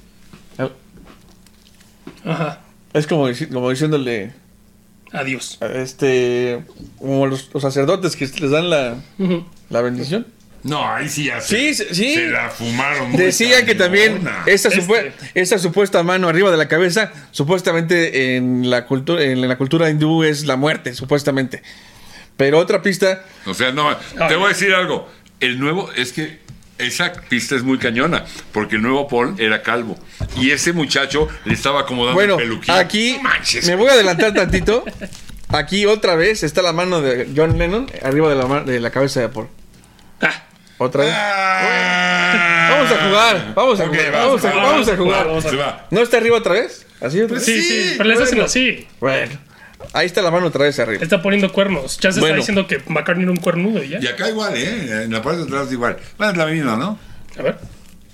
Ajá. Es como, dici- como diciéndole, Adiós. este, como los, los sacerdotes que les dan la, Ujú. la bendición. No, ahí sí ya Sí, se, sí, sí. se la fumaron. muy Decían que también cañona. esta, Este. supue- esta supuesta mano arriba de la cabeza, supuestamente en la cultura, en la cultura hindú es la muerte, supuestamente. Pero otra pista, O sea, no, te voy a decir algo. El nuevo, es que esa pista es muy cañona, porque el nuevo Paul era calvo. Y ese muchacho le estaba acomodando bueno, el peluquín. aquí No manches. me voy a adelantar tantito. Aquí otra vez está la mano de John Lennon arriba de la, ma- de la cabeza de Paul. Ah, Otra vez. Ah. Vamos a jugar, vamos a Ok, jugar, va, vamos a, va, vamos a va, jugar. vamos a- Se va. ¿No está arriba otra vez? ¿Así otra vez? sí, sí, Sí, pero le está haciendo bueno. así. Bueno, ahí está la mano otra vez arriba. Le está poniendo cuernos. Ya se Bueno. está diciendo que McCartney era un cuernudo y ya. Y acá igual, ¿eh? En la parte de atrás igual. Bueno, es la misma, ¿no? A ver.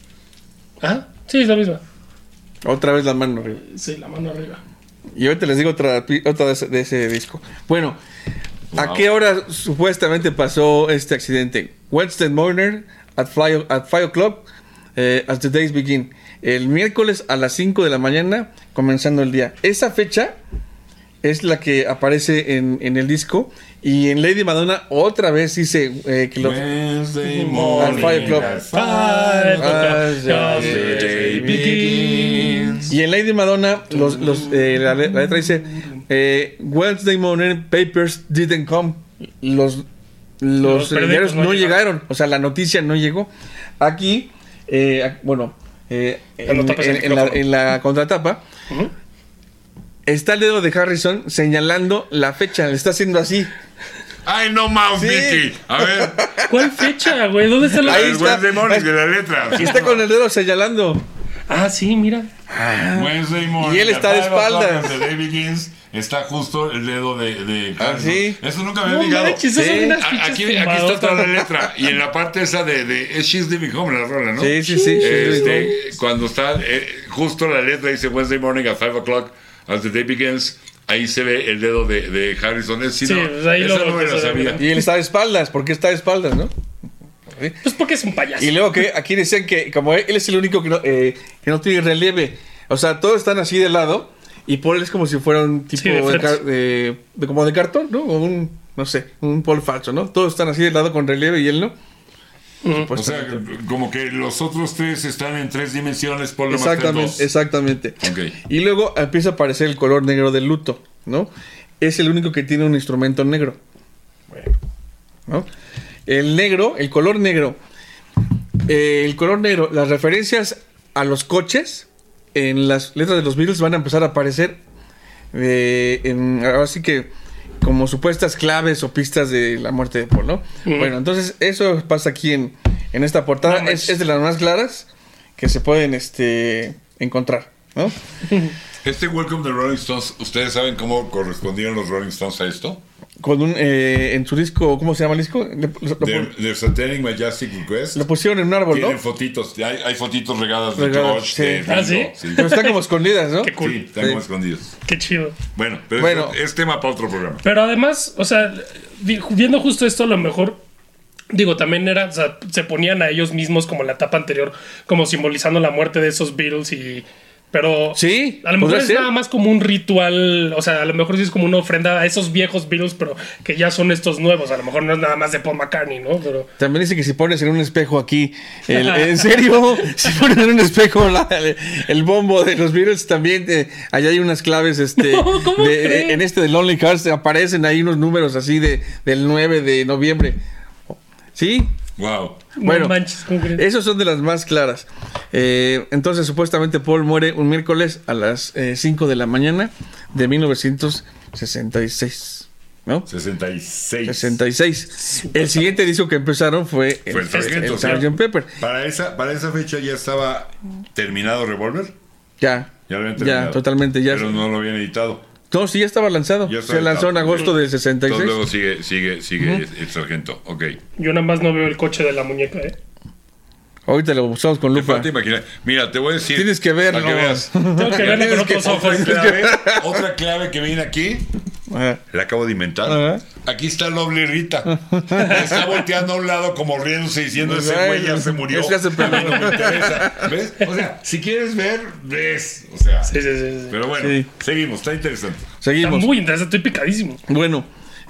Ajá. Sí, es la misma. Otra vez la mano arriba. Sí, la mano arriba. Y ahorita les digo otra, pi- otra de, ese, de ese disco. Bueno, ¿a Wow. qué hora supuestamente pasó este accidente? Wednesday morning at five, at five o'clock eh, as the days begin. El miércoles a las cinco de la mañana, comenzando el día. Esa fecha es la que aparece en, en el disco. Y en Lady Madonna otra vez dice eh, que los... Wednesday At five o'clock. at Five five. o'clock. As the day begins. Y en Lady Madonna, los, los, eh, la, le- la letra dice: eh, Wednesday morning papers didn't come. Los, los, Los periódicos diarios no no llegaron. llegaron. O sea, la noticia no llegó. Aquí, eh, ac- bueno, eh, Cuando en, tapas el en- en la, micrófono. en la contratapa Ujú. está el dedo de Harrison señalando la fecha. Le está haciendo así. Ay, no mouse, Sí. Vicky. A ver. ¿Cuál fecha, güey? ¿Dónde está la Ahí El está. Wednesday morning de la letra. Y está con el dedo señalando. Ah, sí, mira. Wednesday morning. Y él está at de five o'clock espaldas. as the day begins. Está justo el dedo de, de Ah, Harrison. sí. Eso nunca me No había fijado. manches, Sí. esas son unas A- pinches Aquí, aquí está fumadotas. toda la letra. Y en la parte esa de, de She's Living Home, la rola, ¿no? Sí, sí, sí. Este, cuando está eh, justo la letra dice Wednesday morning at five o'clock as the day begins, ahí se ve el dedo de, de Harrison. Es, sí, Sí, no, pues ahí esa lo- no me la eso- sabía. Y él está de espaldas. ¿Por qué está de espaldas, no? Sí. Pues porque es un payaso. Y luego que aquí decían que como él, él es el único que no, eh, que no tiene relieve. O sea, todos están así de lado. Y Paul es como si fuera un tipo Sí, de de, frente. car- de- de- como de cartón, ¿no? O un, no sé, un Paul falso, ¿no? Todos están así de lado con relieve y él no. Ujú. O sea, como que los otros tres están en tres dimensiones, por lo más Exactamente, exactamente. Ok. Y luego empieza a aparecer el color negro del luto, ¿no? Es el único que tiene un instrumento negro. Bueno, ¿no? El negro, el color negro. eh, el color negro, las referencias a los coches en las letras de los Beatles van a empezar a aparecer. eh, en, ahora sí que como supuestas claves o pistas de la muerte de Paul, ¿no? Ujú. Bueno, entonces eso pasa aquí en, en esta portada. No es, manches. es de las más claras que se pueden este, encontrar, ¿no? Este Welcome to the Rolling Stones, ¿ustedes saben cómo correspondieron los Rolling Stones a esto? Con un, eh, en su disco, ¿cómo se llama el disco? Le- lo, lo- Their, their Satanic Majestic Request. lo pusieron en un árbol, ¿no? Tienen fotitos, hay, hay fotitos regadas de Regadas, George, sí. de ¿Ah, Ringo, sí? Pero están como escondidas, ¿no? Qué cool. Sí, están como Sí. escondidos. Qué chido. Bueno, pero Bueno. es, es tema para otro programa. Pero además, o sea, vi- viendo justo esto, a lo mejor, digo, también era, o sea, se ponían a ellos mismos como en la etapa anterior, como simbolizando la muerte de esos Beatles y Pero Sí, a lo mejor podría es ser. nada más como un ritual. O sea, a lo mejor sí es como una ofrenda a esos viejos Beatles, pero que ya son estos nuevos. A lo mejor no es nada más de Paul McCartney, ¿no? Pero También dice que si pones en un espejo aquí, el- en serio, si pones en un espejo la- el, el bombo de los Beatles, también eh, allá hay unas claves, este, No, ¿cómo de- crees? en este de Lonely Hearts aparecen ahí unos números así de del nueve de noviembre. ¿Sí? Wow. no Bueno, manches, ¿cómo crees? esos son de las más claras. Eh, entonces, supuestamente Paul muere un miércoles a las eh, cinco de la mañana de mil novecientos sesenta y seis. ¿No? sesenta y seis. sesenta y seis. El siguiente disco que empezaron fue el, Fue el Sargento, el sí. sergeant Pepper. Para esa, para esa fecha ya estaba terminado Revolver. Ya. Ya lo habían Ya, terminado. totalmente. Ya. Pero no lo habían editado. No, sí, ya estaba lanzado. Ya estaba Se lanzó en editado. agosto del sesenta y Entonces seis. luego sigue, sigue, sigue el Sargento. Ok. Yo nada más no veo el coche de la muñeca, ¿eh? Ahorita lo buscamos con Te lupa. falta imaginar. Mira, te voy a decir. Tienes que verlo. Para que veas. Tengo que verlo con Tienes otros que- ojos. Otra clave, otra clave que viene aquí. Ajá. La acabo de inventar. Ajá. Aquí está Lovely Rita. Está volteando a un lado como riéndose diciendo ese Ay, güey ya se murió. ese ya se A mí no me interesa. ¿Ves? O sea, si quieres ver, ves. O sea. Sí, sí, sí. sí. Pero bueno, Sí. seguimos, está interesante. Está Seguimos. muy interesante, estoy picadísimo. Bueno,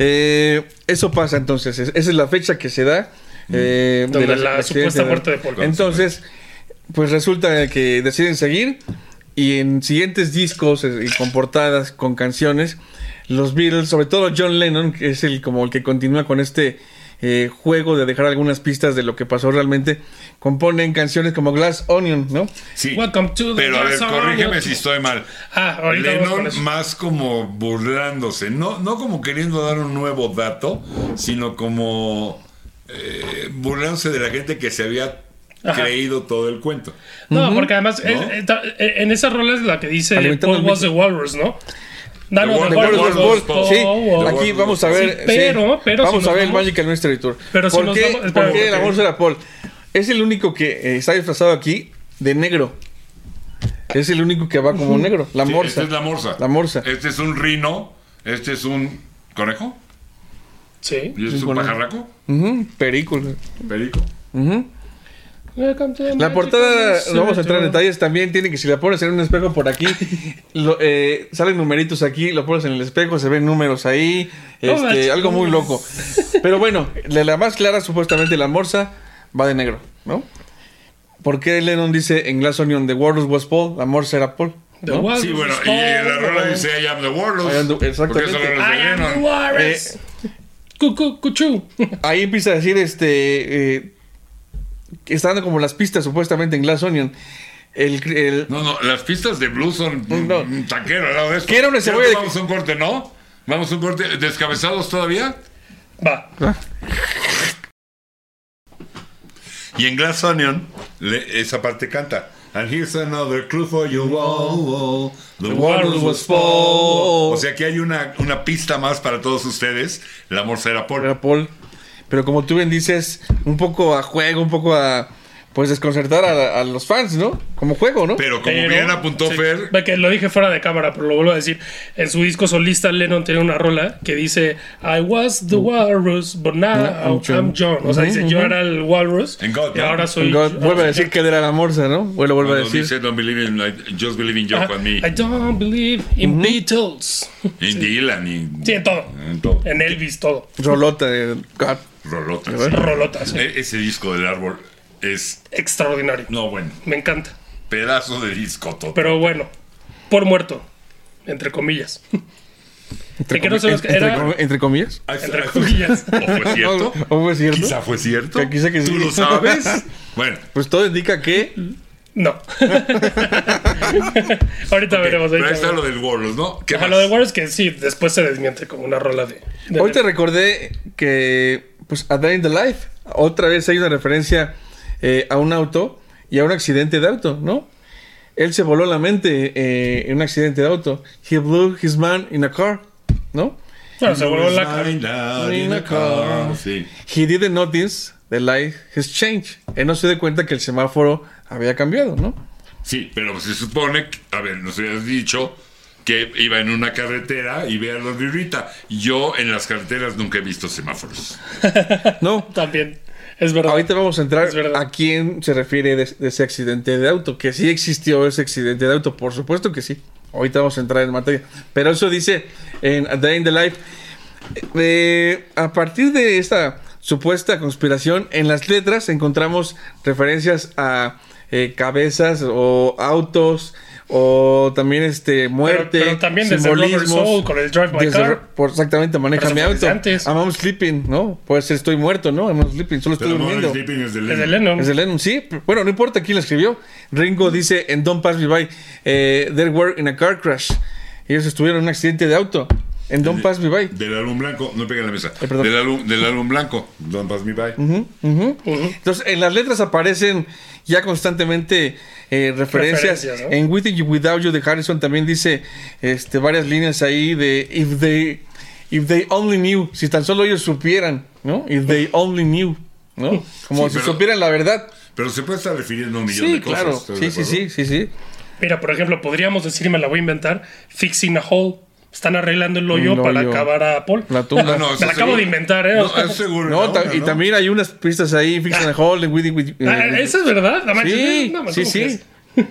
eh, eso pasa entonces. Es- Esa es la fecha que se da. eh, Donde del la accidente supuesta muerte de Paul. Entonces, pues resulta que deciden seguir. Y en siguientes discos eh, y con portadas, con canciones, los Beatles, sobre todo John Lennon, que es el como el que continúa con este eh, juego de dejar algunas pistas de lo que pasó realmente, componen canciones como Glass Onion, ¿no? Sí. Welcome to the Pero a ver, Glass corrígeme Onion. si estoy mal. Ah, ahorita vamos con Lennon eso. más como burlándose, no, no como queriendo dar un nuevo dato, sino como eh, burlándose de la gente que se había Ajá. creído todo el cuento. No, porque además ¿No? es- está- en esa rola es la que dice Alimentando Paul el was the walrus, ¿no? No, no, The the Walrus walrus was was Paul. Sí, Paul. aquí vamos a ver. Sí, pero- sí. pero si vamos a nos ver el vamos- Magical Mystery Tour. Pero si ¿Por nos qué, vamos- ¿por espera, qué el ok. amor será Paul? Es el único que eh, está disfrazado aquí de negro. Es el único que va como negro. La Sí, morsa. esta es la morsa. La morsa. Este es un rino, este es un conejo, Sí. y este es un conejo. pajarraco, Ujú, perico. perico. Ujú. Welcome to the La Magical portada, Mystery no vamos a entrar en Tour. detalles, también tiene que si la pones en un espejo por aquí, lo, eh, salen numeritos aquí, lo pones en el espejo, se ven números ahí, No este, manches. algo muy loco. Pero bueno, la, la más clara, supuestamente la morsa va de negro, ¿no? ¿Por qué Lennon dice en Glass Onion, The Walrus was Paul, la morsa era Paul? The ¿no? walrus Sí, bueno, was y en la Paul. rola dice I am the Warlords. I am the- exactamente. Porque esa rola es I de am the Lennon. walrus. Eh, Cucu, cuchú. Ahí empieza a decir, este, eh, que está dando como las pistas supuestamente en Glass Onion. El, el- No, no, las pistas de blues son No. un taquero al lado de esto. ¿Qué era una Creo cebolla que de- Vamos a un corte, ¿no? Vamos a un corte. ¿Descabezados todavía? Va. Y en Glass Onion, le- esa parte canta. And here's another clue for you. Wow, the Walrus was Paul. O sea que hay una, una pista más para todos ustedes. La morsa era Paul. Era Paul. Pero como tú bien dices, un poco a juego, un poco a pues desconcertar a, a los fans, ¿no? Como juego, ¿no? Pero como Pero- bien apuntó sí. Fer, Ve que lo dije fuera de cámara, pero lo vuelvo a decir. En su disco solista, Lennon tiene una rola que dice I was the walrus, but now I'm John. I'm John. O sea, dice yo era el walrus En God, y ¿no? ahora soy God, yo. vuelve a decir que él era la morsa, ¿no? Vuelve, vuelve a cuando decir. dice Don't believe in, like, just believe in Ajá. Joe and me. I don't believe in Beatles. En Dylan y Sí, en todo. en todo. En Elvis, todo. Rolota de God. Rolotas. Rolotas. sí. E- Ese disco del árbol es. Extraordinario. No, bueno. Me encanta. Pedazo de disco todo. Pero bueno, por muerto. Entre comillas. Entre, que no comi- sabes que entre era- comi- entre comillas. Entre comillas. ¿O fue cierto? ¿O fue cierto? Quizá fue cierto. Que quizá que sí. ¿Tú lo sabes? Bueno, Pues todo indica que No. Ahorita ok, veremos. pero Ahorita ahí está lo veremos. del Warlords, ¿no? ¿Qué Ajá, más? lo de Warriors que sí, después se desmiente como una rola de. de ahorita recordé que pues a Day in the Life otra vez hay una referencia eh, a un auto y a un accidente de auto, ¿no? Él se voló la mente eh, en un accidente de auto. He blew his man in a car, ¿no? Bueno, se volvió la cara. Find out in a car. Sí. He didn't notice the light has changed. Él no se dio cuenta que el semáforo había cambiado, ¿no? Sí, pero se supone, que- a ver, nos habías dicho que iba en una carretera y ve a los Rita. Yo en las carreteras nunca he visto semáforos. No. También. Es verdad. Ahorita vamos a entrar Es verdad. a quién se refiere de, de ese accidente de auto. Que sí existió ese accidente de auto, por supuesto que sí. Ahorita vamos a entrar en materia. Pero eso dice en A Day in the Life. Eh, a partir de esta supuesta conspiración, en las letras encontramos referencias a eh, cabezas o autos o también este muerte, Pero- pero también desde simbolismos. Rubber Soul con el Drive My Desde- Car. por- exactamente, maneja Pero mi eso fue desde auto. antes. I'm sleeping, ¿no? Puede ser estoy muerto, ¿no? I'm sleeping, solo estoy Pero no, el durmiendo. Sleeping es de Es de Lennon. Lennon. Es de Lennon, sí. Bueno, no importa quién lo escribió. Ringo dice en Don't Pass Me By, eh, they were in a car crash. Ellos estuvieron en un accidente de auto. En Don't Pass Me By. Del álbum blanco, no pega en la mesa. Eh, perdón. del, álbum, del álbum blanco, Don't Pass Me By. Ujú, ujú. Entonces, en las letras aparecen ya constantemente eh, referencias. Referencias, ¿no? En With You Without You de Harrison también dice este, varias líneas ahí de If they, if they only knew, si tan solo ellos supieran, ¿no? If they only knew, ¿no? Como Sí, si pero- supieran la verdad. Pero se puede estar refiriendo a un millón Sí, de cosas. claro. ¿estás Sí, de sí, acuerdo? sí, sí, sí. Mira, por ejemplo, podríamos decir, y me la voy a inventar, Fixing a Hole. Están arreglando el hoyo Un para hoyo. acabar a Paul. La tumba. Ah, no, Me eso la acabo seguro. de inventar, ¿eh? No, eso seguro. No, no, ta- no, y no. también hay unas pistas ahí, Fixing a Hole, en With You With You. Ah, eh, ¿Eso es verdad? No manches, Sí, no, sí, ¿cómo sí. crees?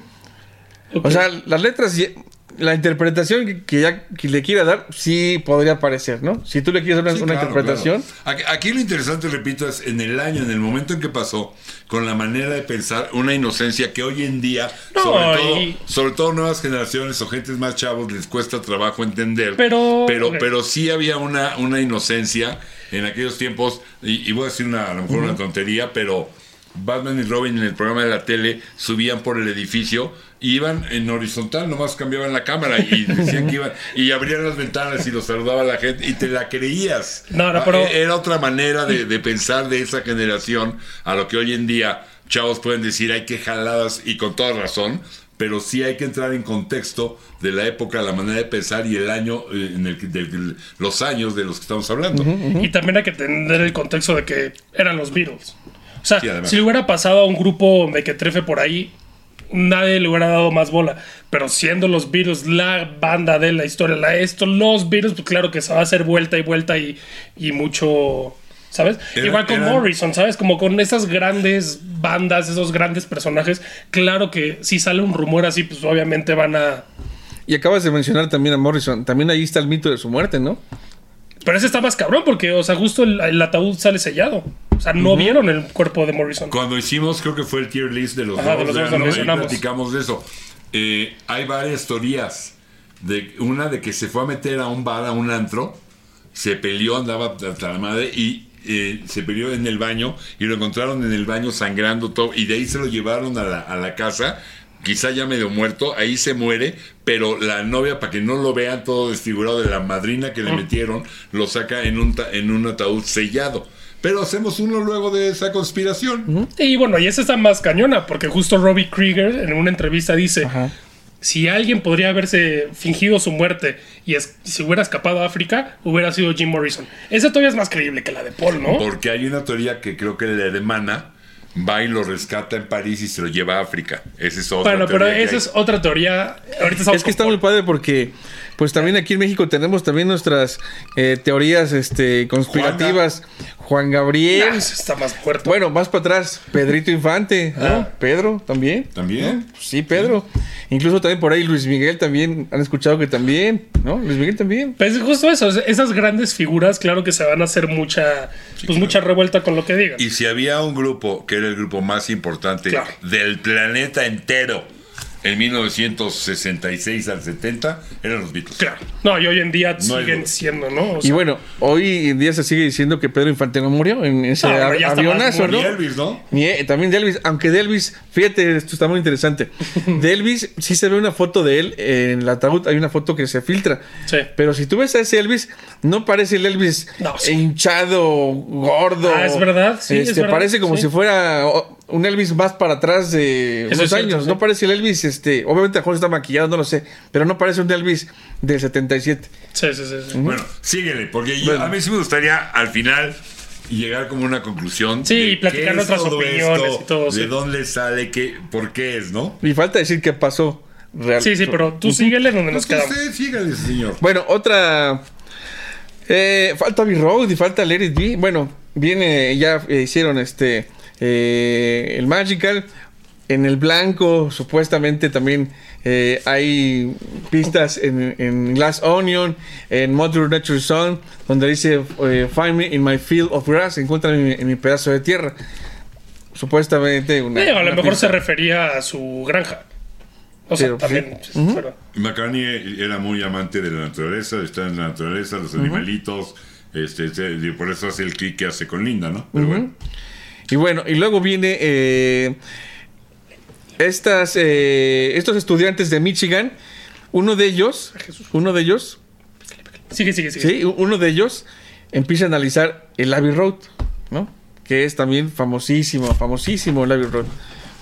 O sea, las letras, y- la interpretación que, que ya que le quiera dar, sí podría parecer, ¿no? Si tú le quieres dar una, Sí, una claro, interpretación, claro. Aquí, aquí lo interesante, repito, es en el año, en el momento en que pasó, con la manera de pensar, una inocencia que hoy en día, No, sobre, todo, y- sobre todo nuevas generaciones o gentes más chavos, les cuesta trabajo entender. Pero- pero, ok. pero sí había una, una inocencia en aquellos tiempos, y, y voy a decir una, a lo mejor una tontería, pero Batman y Robin en el programa de la tele subían por el edificio y iban en horizontal, nomás cambiaban la cámara y decían que iban y abrían las ventanas y los saludaba la gente y te la creías. No, no, Ah, pero- Era otra manera de, de pensar de esa generación a lo que hoy en día chavos pueden decir hay que jaladas y con toda razón, pero sí hay que entrar en contexto de la época, la manera de pensar y el año eh, en el que de, de los años de los que estamos hablando. Y también hay que tener el contexto de que eran los Beatles. O sea, Sí, además. si le hubiera pasado a un grupo de que trefe por ahí, nadie le hubiera dado más bola. Pero siendo los Beatles la banda de la historia, la esto, los Beatles, pues claro que se va a hacer vuelta y vuelta y, y mucho, ¿sabes? Era- Igual con eran- Morrison, ¿sabes? Como con esas grandes bandas, esos grandes personajes, claro que si sale un rumor así, pues obviamente van a... y acabas de mencionar también a Morrison, también ahí está el mito de su muerte, ¿no? Pero ese está más cabrón porque, o sea, justo el, el ataúd sale sellado. O sea, no vieron el cuerpo de Morrison. Cuando hicimos, creo que fue el tier list de los Ajá, de dos, los dos ¿no? lo Y mencionamos. platicamos de eso. Eh, hay varias teorías. De, una de que se fue a meter a un bar, a un antro, se peleó, andaba hasta la madre y eh, se peleó en el baño y lo encontraron en el baño sangrando todo y de ahí se lo llevaron a la, a la casa. Quizá ya medio muerto, ahí se muere, pero la novia, para que no lo vean todo desfigurado de la madrina que le metieron, lo saca en un, ta- en un ataúd sellado. Pero hacemos uno luego de esa conspiración. Y bueno, y esa está más cañona, porque justo Robbie Krieger en una entrevista dice: Ajá. si alguien podría haberse fingido su muerte y es, si hubiera escapado a África, hubiera sido Jim Morrison. Esa todavía es más creíble que la de Paul, ¿no? Porque hay una teoría que creo que la hermana va y lo rescata en París y se lo lleva a África. Esa es otra Bueno, pero teoría que esa hay. es otra teoría. Ahorita estamos Es que está con muy padre porque, pues también aquí en México tenemos también nuestras eh, teorías este, conspirativas. Juan Gabriel. Ah, ese está más muerto. Bueno, más para atrás, Pedrito Infante, ¿no? Ah. Pedro también. ¿También? ¿no? Sí, Pedro. Incluso también por ahí Luis Miguel también, han escuchado que también, ¿no? Luis Miguel también. Pues es justo eso, esas grandes figuras, claro que se van a hacer mucha, pues mucha revuelta con lo que digan. Y si había un grupo que era el grupo más importante Claro. del planeta entero en mil novecientos sesenta y seis al setenta, eran los Beatles. Claro. No, y hoy en día No hay siguen duda. siendo, ¿no? O Y sea, bueno, hoy en día se sigue diciendo que Pedro Infante no murió en ese No, a- pero ya está avionazo, más ¿no? Y Elvis, ¿no? Ni- eh, también de Elvis, aunque de Elvis, fíjate, esto está muy interesante. De Elvis sí se ve una foto de él en el ataúd, hay una foto que se filtra. Sí. Pero si tú ves a ese Elvis, no parece el Elvis No, sí. hinchado, gordo. Ah, es verdad, sí, Este, es verdad, parece como sí. si fuera oh, un Elvis más para atrás de Eso unos es cierto, años. sí. No parece el Elvis, este, obviamente a lo mejor está maquillado, no lo sé, pero no parece un Elvis del setenta y siete. Sí, sí, sí. sí. Bueno, síguele, porque yo- Bueno. a mí sí me gustaría al final llegar como a una conclusión. Sí, de y platicar qué es nuestras todo opiniones esto, y todo, de sí. dónde sale, qué, por qué es, ¿no? Y falta decir qué pasó real. Sí, sí, pero tú síguele donde nos Pues quedamos. usted sígale, señor. Bueno, otra. Eh, falta Abbey Road y falta Let It Be. Bueno, viene, ya eh, hicieron este eh, el Magical. En el blanco, supuestamente también eh, hay pistas en, en Glass Onion, en Mother Nature Song, donde dice eh, Find me in my field of grass, encuéntrame en mi, en mi pedazo de tierra. Supuestamente una. Eh, a lo una mejor pista. se refería a su granja. O sea, Pero, también. sí. Uh-huh. Pero- McCartney era muy amante de la naturaleza, de estar en la naturaleza, los animalitos, este, este, y por eso hace el clic que hace con Linda, ¿no? Pero Ujú. bueno. Y bueno, y luego viene eh, estas, eh, estos estudiantes de Michigan. Uno de ellos, uno de ellos, Sigue, sigue, sigue. sí, uno de ellos empieza a analizar el Abbey Road, ¿no? Que es también famosísimo, famosísimo el Abbey Road.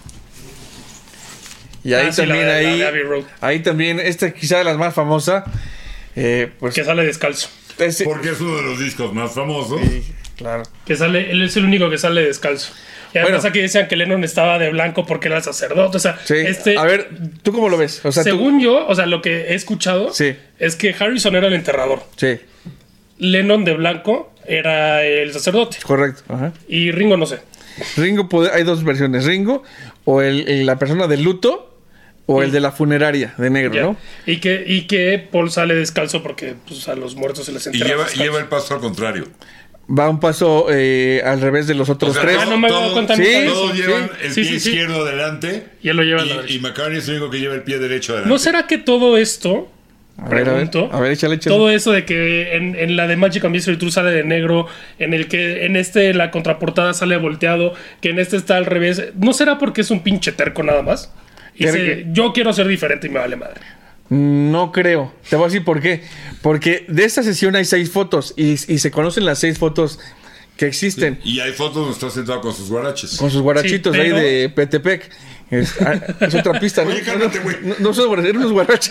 Y ahí Ah, sí, también, la de- la ahí, de Abbey Road. ahí también, esta quizá la más famosa, eh, pues, Que sale descalzo. ese- Porque es uno de los discos más famosos. sí, claro. Que sale, él es el único que sale descalzo. Y además Bueno. aquí decían que Lennon estaba de blanco porque era sacerdote. O sea, Sí. este. A ver, ¿tú cómo lo ves? O sea, tú- según yo, o sea, lo que he escuchado Sí. es que Harrison era el enterrador. Sí, Lennon de blanco era el sacerdote. correcto. Ajá. Y Ringo no sé. Ringo, puede- hay dos versiones, Ringo o el, el- la persona del luto o el de la funeraria de negro, Ya. ¿no? Y, que, y que Paul sale descalzo porque pues, a los muertos se les Y enterra. lleva, descalzo. lleva el paso al contrario. Va un paso eh, al revés de los otros O sea, tres. Ah, no me he dado cuenta Sí, nunca de Todos eso. llevan sí, el sí, pie sí, sí. izquierdo adelante. Y él lo lleva a la Y, derecha. y McCartney es el único que lleva el pie derecho adelante. ¿No será que todo esto, A ver, a ver, pregunto, a ver, échale, échale. todo eso de que en, en la de Magic and Mystery Tour sale de negro, en el que en este la contraportada sale volteado, que en este está al revés, ¿no será porque es un pinche terco nada más? Y Creo dice, que- yo quiero ser diferente y me vale madre. No creo. Te voy a decir por qué. Porque de esta sesión hay seis fotos y, y se conocen las seis fotos que existen. Y hay fotos donde está sentado con sus guaraches. Con sus guarachitos Sí, pero- ahí de Petepec. Es, ah, es otra pista, ¿no? Oye, cálmate, güey. No, no son guaraches, eran unos guaraches.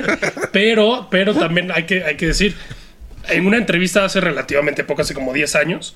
Pero, pero también hay que, hay que decir, en una entrevista hace relativamente poco, hace como diez años,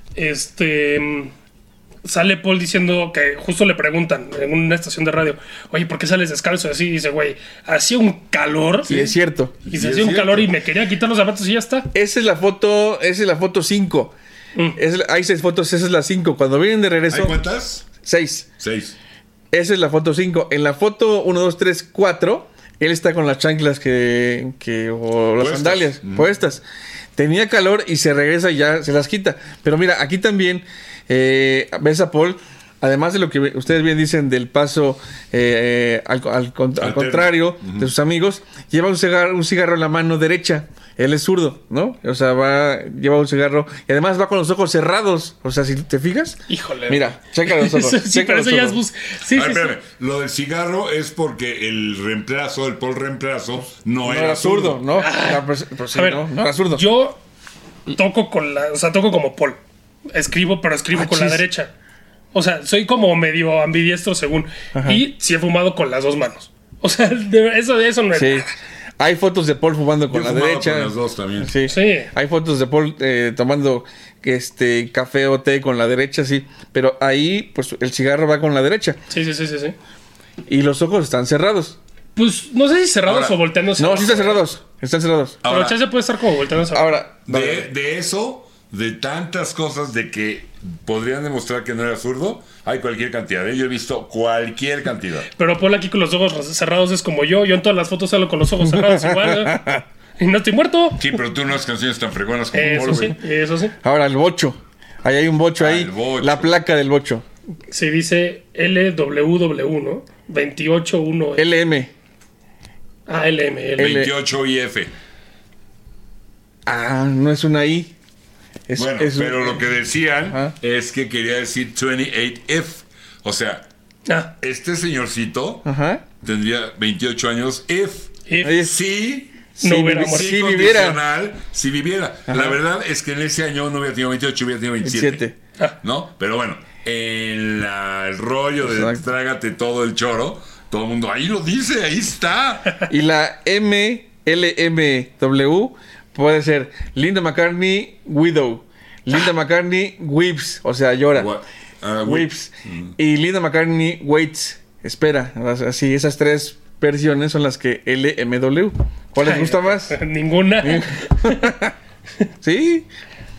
este mm, sale Paul diciendo que justo le preguntan en una estación de radio, oye, ¿por qué sales descalzo? Y así dice, güey, hacía un calor. Sí, es cierto. Y Sí, se es hacía un cierto. calor y me quería quitar los zapatos y ya está. Esa es la foto, esa es la foto cinco. Mm. Hay seis fotos, esa es la cinco. Cuando vienen de ¿Hay regreso, cuántas? seis. Seis. Esa es la foto cinco. En la foto uno, dos, tres, cuatro, él está con las chanclas que, que o las Puestas. sandalias Mm. puestas. Tenía calor y se regresa y ya se las quita. Pero mira, aquí también eh, ves a Paul, además de lo que ustedes bien dicen del paso eh, eh, al, al con- al Alterno. contrario de sus amigos, lleva un cigarro, un cigarro en la mano derecha. Él es zurdo, ¿no? O sea, va, lleva un cigarro y además va con los ojos cerrados. O sea, si te fijas, Híjole. mira, checa los ojos. sí, checa pero los eso ya es ojos. bus. Sí, A ver, sí, sí. espérame. Lo del cigarro es porque el reemplazo, el Paul reemplazo, no, No era, era zurdo, ¿no? Ah. Era, pues, pues sí, A ver, no, no era zurdo. yo toco con la, o sea, toco como Paul. Escribo, pero escribo Ah, con la chis. derecha. O sea, soy como medio ambidiestro según. Ajá. Y sí he fumado con las dos manos. O sea, de- eso de eso no es Sí. nada. Hay fotos de Paul fumando con Yo la fumaba derecha. con las dos también. Sí. Sí. Hay fotos de Paul eh, tomando este café o té con la derecha, sí. Pero ahí, pues, el cigarro va con la derecha. Sí, sí, sí, sí, sí. Y los ojos están cerrados. Pues no sé si cerrados Ahora, o volteándose. No, abajo. sí están cerrados. Están cerrados. Pero Ahora- chance puede estar como volteándose. abajo. Ahora, De, de eso, de tantas cosas de que podrían demostrar que no era zurdo, hay cualquier cantidad. ¿eh? Yo he visto cualquier cantidad. Pero Paul aquí con los ojos cerrados es como yo. Yo en todas las fotos salgo con los ojos cerrados igual. ¿eh? Y no estoy muerto. Sí, pero tú unas canciones tan frecuentes como Eso Paul, sí, güey. eso sí. ahora el bocho. Ahí hay un bocho Ah, ahí. el bocho. La placa del bocho. Se dice L W W, ¿no? veintiocho uno. L M. Ah, L M. L M. L- veintiocho I F. Ah, no es una I. Es, Bueno, es un- pero lo que decían Ajá. es que quería decir veintiocho F. O sea, Ah, este señorcito Ajá. tendría veintiocho años if. if. Oye, Sí. No si hubiera vivi- muerto. si Sí, viviera. condicional, si viviera. La verdad es que en ese año no hubiera tenido veintiocho, hubiera tenido veintisiete. veintisiete. ¿No? Pero bueno, en la- el rollo de Exacto. trágate todo el choro, todo el mundo, ahí lo dice, ahí está. Y la M, L M W puede ser Linda McCartney, Widow. Linda McCartney, Weeps, o sea, llora. Gua- ah, güey. Weeps. Y Linda McCartney, Waits, espera. Así, esas tres versiones son las que L M W. ¿Cuál les gusta más? Ninguna. Sí.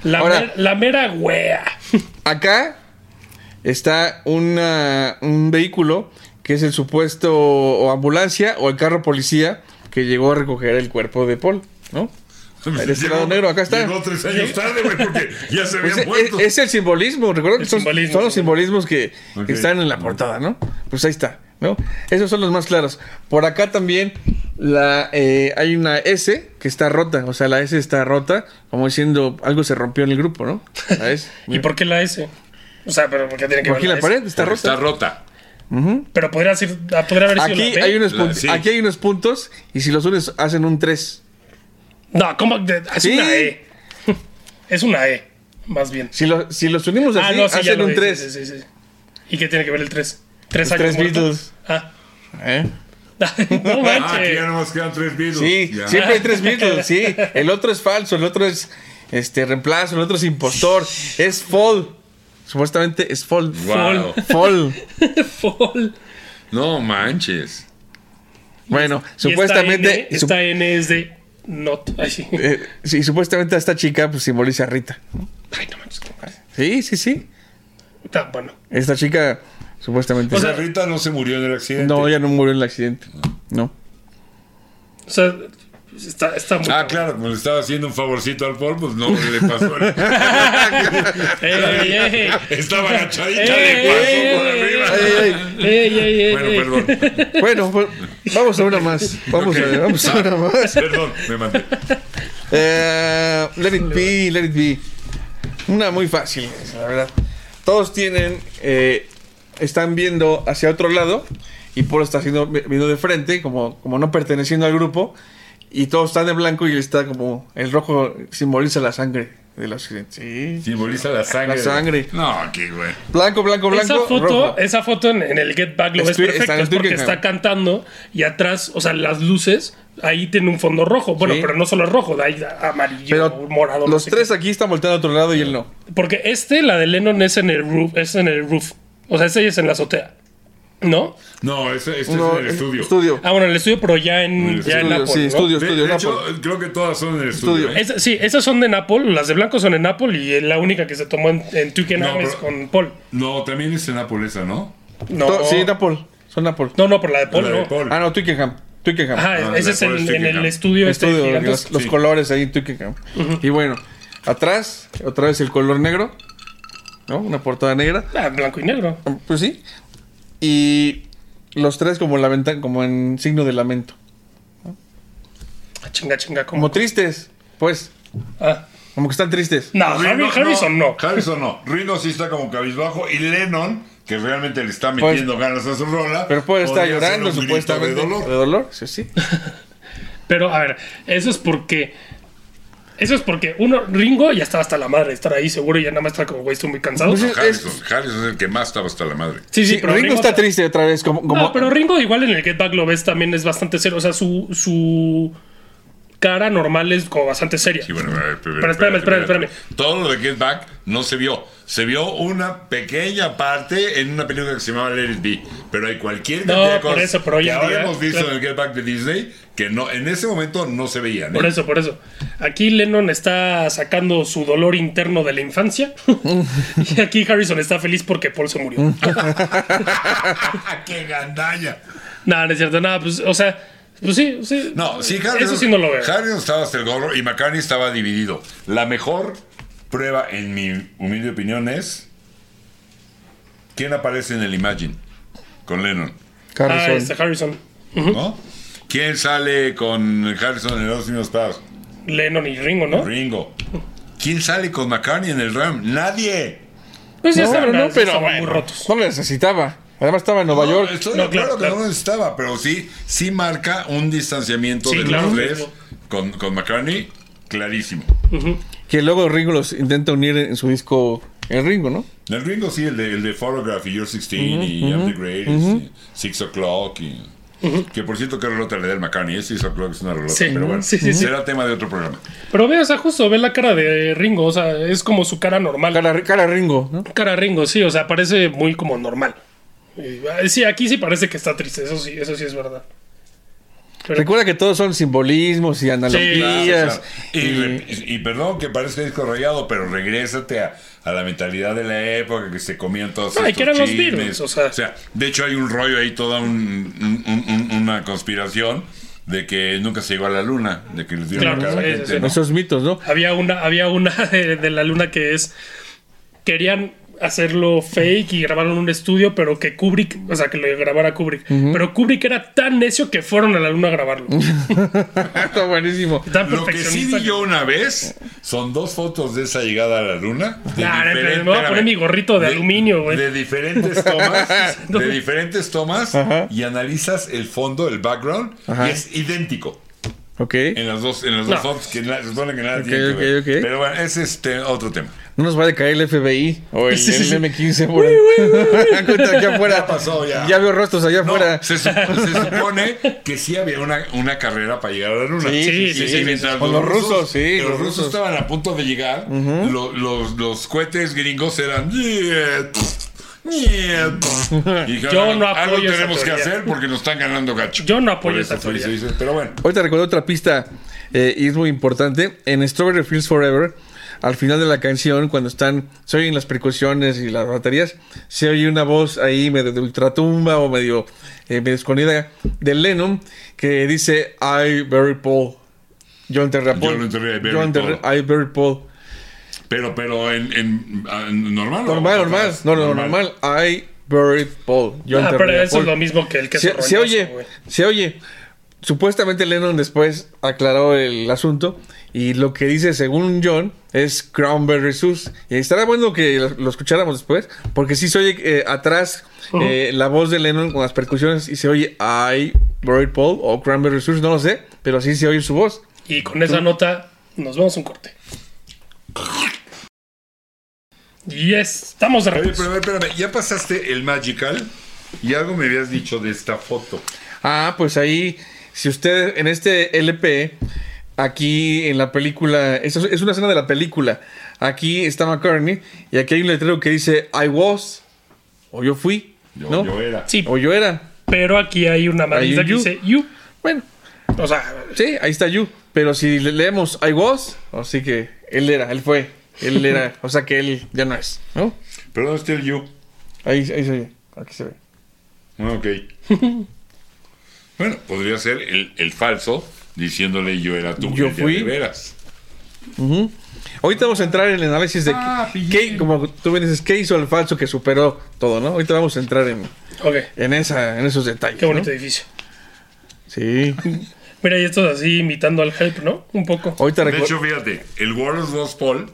La, Ahora, mer- la mera wea. acá está una, un vehículo que es el supuesto o ambulancia o el carro policía que llegó a recoger el cuerpo de Paul, ¿no? De este lado negro, acá está. Llegó tres años tarde, güey, porque ya se Pues habían es, muerto. es el simbolismo, recuerda que El son, simbolismo, son los sí. simbolismos que, que Ok. están en la portada, ¿no? Pues ahí está, ¿no? Esos son los más claros. Por acá también la eh, hay una S que está rota, o sea, la S está rota, como diciendo algo se rompió en el grupo, ¿no? La S. ¿Y por qué la S? O sea, pero ¿por qué tiene que ver Aquí la la S? pared está rota. Está rota. Pero podría, ser, ah, podría haber sido Aquí la B. hay, unos La- pun- sí. aquí hay unos puntos y si los unes hacen un tres. No, ¿cómo? De- Es Sí. una E. Es una E, más bien. Si, lo- si los unimos así, Ah, no, sí, ya hacen lo un vi, tres. sí, sí, sí, sí. ¿Y qué tiene que ver el tres? ¿Tres Los años tres muerto? Beatles. Ah. ¿Eh? No Ah, aquí manches. ya nomás quedan tres Beatles. Sí, Ya. siempre hay tres Beatles, sí. El otro es falso, el otro es este reemplazo, el otro es impostor. Es fall. Supuestamente es fall. Wow. Fall. Fall. No manches. Bueno, Y supuestamente. Esta N, su- esta N es de not. Ay, sí. eh, sí, supuestamente a esta chica pues simboliza a Rita. Ay, no manches. Sí, sí, sí. Está bueno. Esta chica supuestamente. O sea, Rita no se murió en el accidente. no, ella no murió en el accidente. No. O sea, está, está muy. Ah, claro, como le estaba haciendo un favorcito al Paul, pues no le pasó. el- ¡Ey, ey, ey! Estaba agachadita, ¡Ey, le pasó ey, por ey, arriba. Ay, ay. ¡Ey, ey, ey! Bueno, ey! perdón. Bueno, pues, vamos a una más. Vamos Ok. a ver, vamos a una más. Perdón, me mandé. Eh, let it be, let it be. Una muy fácil, la verdad. Todos tienen, eh, están viendo hacia otro lado y Paul está haciendo, viendo de frente, como, como no perteneciendo al grupo. Y todos están de blanco y él está como, el rojo simboliza la sangre del accidente. Sí. Simboliza la sangre. La sangre. No, qué güey. Blanco, blanco, blanco. Esa foto, rojo. esa foto en, en el Get Back lo ves Estoy- perfecto, está en es porque Twickenham. está cantando y atrás, o sea, las luces, ahí tiene un fondo rojo. Bueno, Sí. pero no solo es rojo, de ahí amarillo, Pero morado. no los sé tres qué. aquí están volteando a otro lado y él no. Porque este, la de Lennon, es en el roof, es en el roof. O sea, este es en la azotea. ¿No? No, ese, este No, es en el estudio. Estudio. Ah, bueno, en el estudio, pero ya En en, el ya en estudio, Apple, sí, ¿no? estudio, De, estudio. de en hecho, Apple. creo que todas son en el estudio. Estudio. ¿eh? Es- sí, esas son de Apple, las de blanco son en Apple y la única que se tomó en, en Twickenham No, es pero- con Paul. No, también es en Apple esa, ¿no? No, To- Sí, Apple. Son Apple. no, no, por la de Paul, La de no. Paul. Ah, no, Twickenham. Twickenham. Ajá, Ah, ese la es de Paul en, es en el Twickenham. estudio este Estudio, gigantesco. los, los Sí. colores ahí en Twickenham. Y bueno, atrás, otra vez el color negro. ¿No? Una portada negra. Ah, blanco y negro. Pues sí. Y los tres como lamenta- como en signo de lamento. Ah, chinga, chinga, como. Como tristes, pues. Ah. Como que están tristes. No, Harry- Harrison no. Harrison no. Ringo sí está como cabizbajo. Y Lennon, que realmente le está Pues- metiendo ganas a su rola. Pero puede estar podría llorando, ser un grito supuestamente. De dolor. ¿De dolor? Sí, sí. Pero, a ver, eso es porque. Eso es porque, uno, Ringo ya estaba hasta la madre de estar ahí, seguro, y ya nada más está como, güey, estoy muy cansado. Pues No, es- Harrison. Harrison es el que más estaba hasta la madre. sí, sí, Sí, pero Ringo está ta- triste otra vez. Como, como, No, pero Ringo igual en el Get Back lo ves también es bastante serio. O sea, su, su cara normal es como bastante seria. Sí, bueno, a ver, Pero espérame, espérame, espérame. Todo lo de Get Back no se vio. Se vio una pequeña parte en una película que se llamaba Let It Be. Pero hay cualquier No, cantidad de por cosas eso, pero hoy que en ahora día, hemos visto claro. en el Get Back de Disney que no, en ese momento no se veían. ¿eh? Por eso, por eso. Aquí Lennon está sacando su dolor interno de la infancia. Y aquí Harrison está feliz porque Paul se murió. ¡Qué gandalla! No, no es cierto. Nada, pues, o sea, pues sí, sí. No, sí, Harrison, Eso sí no lo veo. Harrison estaba hasta el gorro y McCartney estaba dividido. La mejor prueba, en mi humilde opinión, es ¿quién aparece en el Imagine con Lennon? Ah, Harrison. este Harrison. ¿No? ¿Quién sale con Harrison en los últimos pasos? Lennon y Ringo, ¿no? Ringo. ¿Quién sale con McCartney en el Ram? Nadie. Pues ya No, estaban, no, no, ya pero estaban muy bueno, rotos. no lo necesitaba. Además estaba en Nueva No, York. estoy No, de acuerdo claro, que claro. no necesitaba, pero sí, sí marca un distanciamiento Sí, de claro. los tres con, con McCartney clarísimo. Que luego Ringo los intenta unir en su disco El Ringo, ¿no? El Ringo sí, el de, el de Photograph y You're sixteen y I'm the Greatest y Six O'Clock y... Que por cierto, ¿qué rolota le da el McCartney? Six O'Clock es una rolota, Sí, pero bueno, sí, sí, sí. será tema de otro programa. Pero ve, o sea, justo ve la cara de Ringo. O sea, es como su cara normal. Cara, cara Ringo, ¿no? Cara Ringo, sí, o sea, parece muy como normal. Y, ah, sí, aquí sí parece que está triste, eso sí, eso sí es verdad. Pero- Recuerda que todos son simbolismos y analogías. Claro, claro. Y, y- re- y perdón que parezca disco rayado, pero regrésate a, a la mentalidad de la época que se comían todos No, y estos que eran los chismes. Beatles, o sea. de hecho hay un rollo ahí, toda un- un- un- una conspiración de que nunca se llegó a la luna, de que les dieron Claro, a cada sí, gente, sí, sí. ¿no? Esos mitos, ¿no? Había una, había una de, de la luna que es. Querían hacerlo fake y grabaron en un estudio, pero que Kubrick, o sea, que lo grabara Kubrick. Pero Kubrick era tan necio que fueron a la luna a grabarlo. Está buenísimo. Tan Lo que sí perfeccionista. vi yo una vez son dos fotos de esa llegada a la luna. De Nah, diferente- me voy a poner espérame, mi gorrito de aluminio, güey. De diferentes tomas. de diferentes tomas. Ajá. Y analizas el fondo, el background. Ajá. Y es idéntico. Ok. En las dos, en las dos No. fotos que na- se supone que nada Ok, tiene ok, que ver. ok. Pero bueno, ese es este, otro tema. No nos va a decaer el F B I o el, Sí, sí, el sí. M quince por ahí. Cuenta aquí afuera. Ya pasó, ya. Ya veo rostros allá No, afuera. se, sup- se supone que sí había una, una carrera para llegar a la luna. Sí, sí, Y- sí, y sí, mientras con los rusos, sí, Los, los rusos rusos. estaban a punto de llegar. lo- los, los cohetes gringos eran. "Niet, niet". Y dijeron, Yo no algo apoyo esa tenemos que teoría. hacer porque nos están ganando gacho. Yo no apoyo Por eso esa fue y se teoría. hizo, Pero bueno. Ahorita recuerdo otra pista eh, y es muy importante. En Strawberry Fields Forever, al final de la canción, cuando están, se oyen las percusiones y las baterías, se oye una voz ahí medio de ultratumba o medio, eh, medio escondida de Lennon que dice I bury Paul. Yo enterré a Paul. Yo lo enterré, I buried Yo enterré- I buried Paul. Pero, pero en, en, en normal. ¿o? Normal, normal. No, no, normal. I buried Paul. Yo Ah, enterré pero a eso Paul. es lo mismo que el que Se, se oye, se oye. Supuestamente Lennon después aclaró el asunto y lo que dice según John es Cranberry Sauce. Y estará bueno que lo, lo escucháramos después porque sí se oye eh, atrás eh, la voz de Lennon con las percusiones y se oye I buried Paul o Cranberry Sauce, no lo sé, pero sí se oye su voz. Y con esa nota nos vamos a un corte. Y estamos de Oye, regreso. pero a ver, espérame, ya pasaste el Magical y algo me habías dicho de esta foto. Ah, pues ahí, si usted en este L P, aquí en la película, es, es una escena de la película. Aquí está McCartney y aquí hay un letrero que dice I was, o yo fui, Yo, ¿no? yo era. Sí, O yo era. pero aquí hay una manita un que you. dice you. Bueno, O sea, sí, ahí está you. Pero si le leemos I was, así que él era, él fue, él era, o sea que él ya no es, ¿no? Pero ¿dónde está el you? Ahí, ahí se ve, aquí se ve. Ah, ok. Bueno, podría ser el, el falso diciéndole yo era tú. Yo el de fui. de veras. Ujú. Ahorita vamos a entrar en el análisis de Ah, qué- bien. qué, como tú me dices, qué hizo el falso que superó todo, ¿no? Ahorita vamos a entrar en, ok, en, esa, en esos detalles. qué bonito ¿no? edificio. Sí. Mira, y esto es así imitando al Help, ¿no? Un poco. Ahorita De recu- hecho, fíjate, el Walrus dos Paul.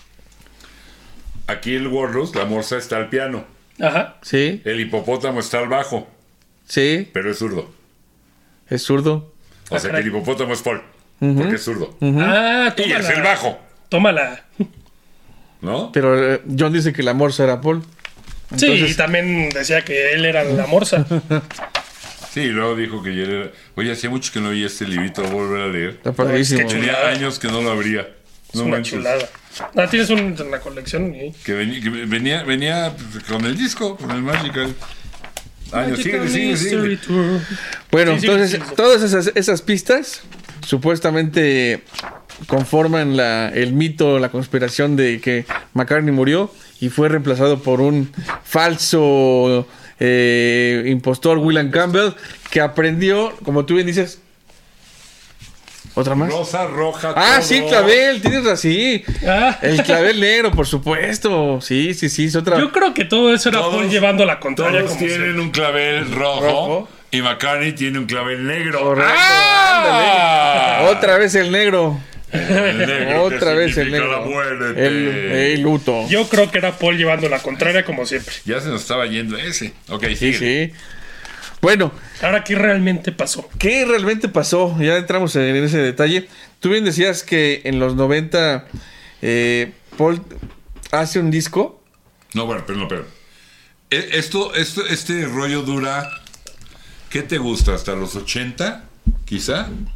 Aquí el Walrus, la morsa está al piano. Ajá. Sí, El hipopótamo está al bajo, sí, pero es zurdo. es zurdo. O Ah, sea que caray. el hipopótamo es Paul, porque es zurdo. Ah, Y tómala. es el bajo, Tómala. ¿no? Pero eh, John dice que la morsa era Paul. Sí, Entonces- y también decía que él era la morsa. Sí, y luego dijo que ya era... Oye, hacía mucho que no veía este librito, voy a volver a leer. Está padrísimo. No, es que Tenía chulada. años que no lo abría. Es No una manches. chulada. Ah, tienes un, en la colección. ¿eh? Que venía, que venía, venía pues, con el disco, con el Magical. Años, sigue, Magical sigue, sigue. Mystery Tour. Bueno, Sí, sí, entonces sí, sí. todas esas, esas pistas supuestamente conforman la, el mito, la conspiración de que McCartney murió y fue reemplazado por un falso eh, impostor, William Campbell, que aprendió, como tú bien dices, otra más. Rosa, roja, Ah, todo. sí, clavel, tienes razón, sí. Ah, El clavel negro, por supuesto. Sí, sí, sí, es otra. yo creo que todo eso era Todos- Paul llevando la contraria. Todos Como tienen siempre. un clavel rojo, Rojo. y McCartney tiene un clavel negro. Correcto, ¡Ah! Otra vez el negro. El negro que Otra vez el significa negro. la muerte. El, el luto. Yo creo que era Paul llevando la contraria como siempre. Ya se nos estaba yendo ese. Ok, Sí, sigue. sí. Bueno, Ahora, ¿qué realmente pasó? ¿qué realmente pasó? Ya entramos en ese detalle. Tú bien decías que en los noventa eh, Paul hace un disco. No, bueno, pero no, pero. E- Esto, esto, este rollo dura. ¿Qué te gusta? ¿Hasta los ochenta? Quizá.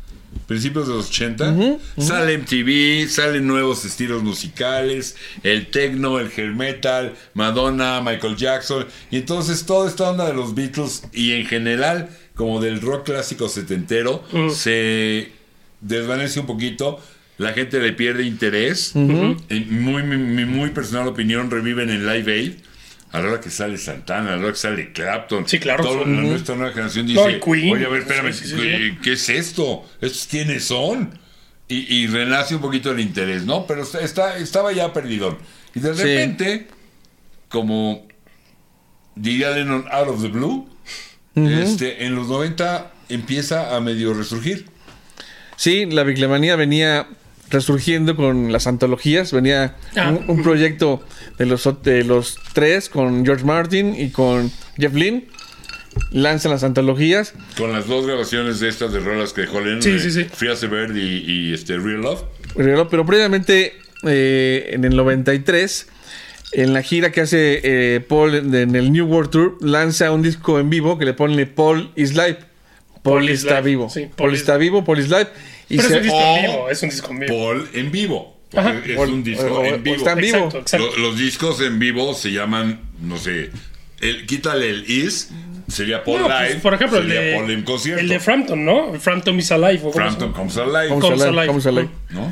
principios de los ochenta. Uh-huh, uh-huh. Sale M T V, salen nuevos estilos musicales, el techno, el hair metal, Madonna, Michael Jackson, y entonces toda esta onda de los Beatles y en general como del rock clásico setentero uh-huh. se desvanece un poquito. La gente le pierde interés. Uh-huh. En muy, mi muy personal opinión, reviven en Live Aid. A la hora que sale Santana, a la hora que sale Clapton. Sí, claro. Toda uh-huh. nuestra nueva generación dice, no, Queen, oye, a ver, espérame, sí, sí, sí. ¿qué es esto? ¿Estos quiénes son? Y, y renace un poquito el interés, ¿no? Pero está, estaba ya perdido. Y de repente, sí. como diría Lennon, out of the blue, uh-huh. este, en los noventa empieza a medio resurgir. Sí, la Beatlemanía venía resurgiendo con las antologías, venía ah. un, un proyecto de los, de los tres con George Martin y con Jeff Lynne, lanzan las antologías con las dos grabaciones de estas de rolas que dejó Lennon, sí, sí, sí. Free as a Bird y, y este, Real Love. Real Love, pero previamente eh, en el noventa y tres, en la gira que hace eh, Paul en, en el New World Tour, lanza un disco en vivo que le pone Paul is Live. Paul, Paul está live. vivo. Sí, Paul, Paul está vivo, Paul is live. Y Pero se... es un disco en vivo, es un disco en vivo. Paul en vivo. Es Paul, un disco o, en vivo. Está en vivo. Exacto, exacto. Los, los discos en vivo se llaman, no sé, el, quítale el is, sería Paul no, Live. Pues, por ejemplo, sería el de, Paul en concierto. El de Frampton, ¿no? Frampton is Alive. ¿O Frampton Comes Alive. Comes, comes alive, comes alive. ¿No?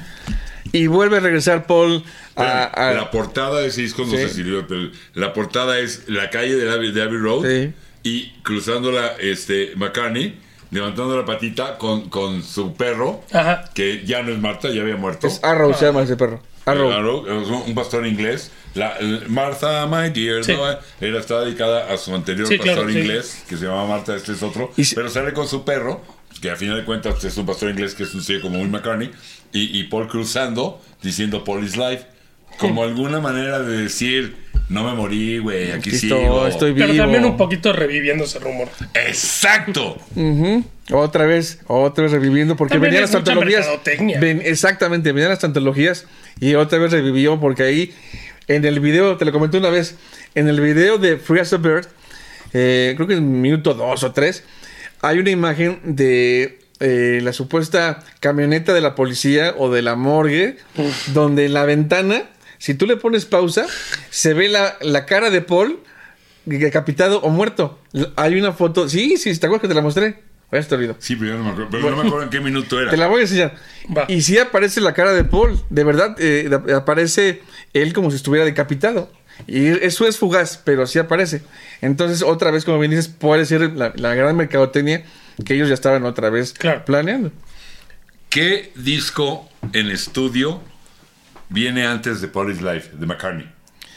Y vuelve a regresar Paul a, a... La portada de ese disco, no sí. sé si lo, pero la portada es la calle de Abbey, de Abbey Road sí. y cruzándola este, McCartney, levantando la patita con, con su perro, Ajá. que ya no es Marta, ya había muerto. Es Arrow, ah. se llama ese perro. Arrow. Arrow, un pastor inglés. La, Martha, my dear, sí. ¿no? Era, estaba dedicada a su anterior sí, pastor claro, inglés, sí. que se llamaba Marta, este es otro. Y si... Pero sale con su perro, que a final de cuentas es un pastor inglés que es un sello como Will McCartney, y, y Paul cruzando, diciendo Paul is live, como sí. alguna manera de decir, no me morí, güey, aquí, aquí sigo. Estoy vivo. Pero también un poquito reviviendo ese rumor. ¡Exacto! Uh-huh. Otra vez, otra vez reviviendo, porque también venían las antologías. Ven, exactamente, venían las antologías y otra vez revivió, porque ahí, en el video, te lo comenté una vez, en el video de Free as a Bird, eh, creo que en minuto dos o tres, hay una imagen de eh, la supuesta camioneta de la policía o de la morgue, Uf. donde en la ventana, si tú le pones pausa, se ve la, la cara de Paul decapitado o muerto. Hay una foto, sí, sí, ¿te acuerdas que te la mostré? Ya te olvido. Sí, pero, yo no me acuerdo, pero bueno, no me acuerdo en qué minuto era. Te la voy a enseñar. Va. Y sí aparece la cara de Paul, de verdad, eh, aparece él como si estuviera decapitado. Y eso es fugaz, pero sí aparece. Entonces, otra vez, como bien dices, puede ser la, la gran mercadotecnia que ellos ya estaban otra vez claro. planeando. ¿Qué disco en estudio viene antes de Paul is Live, de McCartney?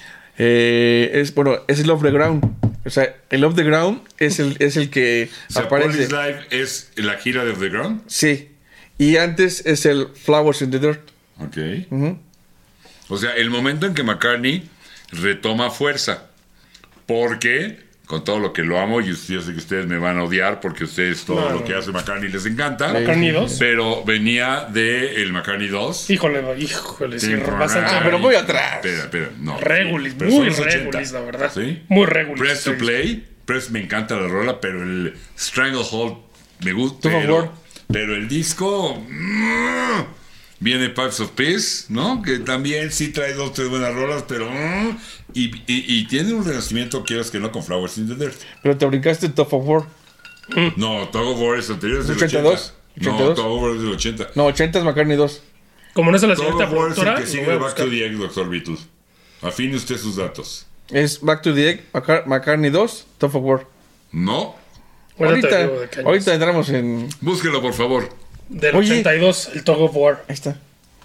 Eh, es, bueno, es el Off the Ground. O sea, el Off the Ground es el, es el que o sea, aparece. Paul is Live es la gira de Off the Ground. Sí. Y antes es el Flowers in the Dirt. Ok. Uh-huh. O sea, el momento en que McCartney retoma fuerza. Porque, con todo lo que lo amo, y yo sé que ustedes me van a odiar porque ustedes todo no, lo que hace McCartney les encanta. McCartney dos. Pero venía de el McCartney dos. Híjole, híjole, sí, bastante. Ah, pero muy atrás. Espera, espera, no. Regulis, sí, muy regulis, la verdad. ¿Sí? Muy regulis. Press to Play. Press me encanta la rola, pero el Stranglehold me gusta. Por favor. Pero el disco. Mmm, viene Pipes of Peace, ¿no? Que también sí trae dos, tres buenas rolas, pero... Mm, y, y, y tiene un renacimiento, quieras que no, con Flowers in the Dirt. Pero te brincaste Tug of War. No, Tug of War es anterior, es del ochenta y dos. ochenta. No, Tug of War es del ochenta. No, ochenta es McCartney dos. Como no es la Tug señorita of War es el que sigue Back to the Egg, doctor Beatles. Afine usted sus datos. Es Back to the Egg, McCartney dos, Tug of War. No. Ahorita, ahorita entramos en... Búsquelo, por favor. Del Oye, ochenta y dos, el Tug of War. Ahí está.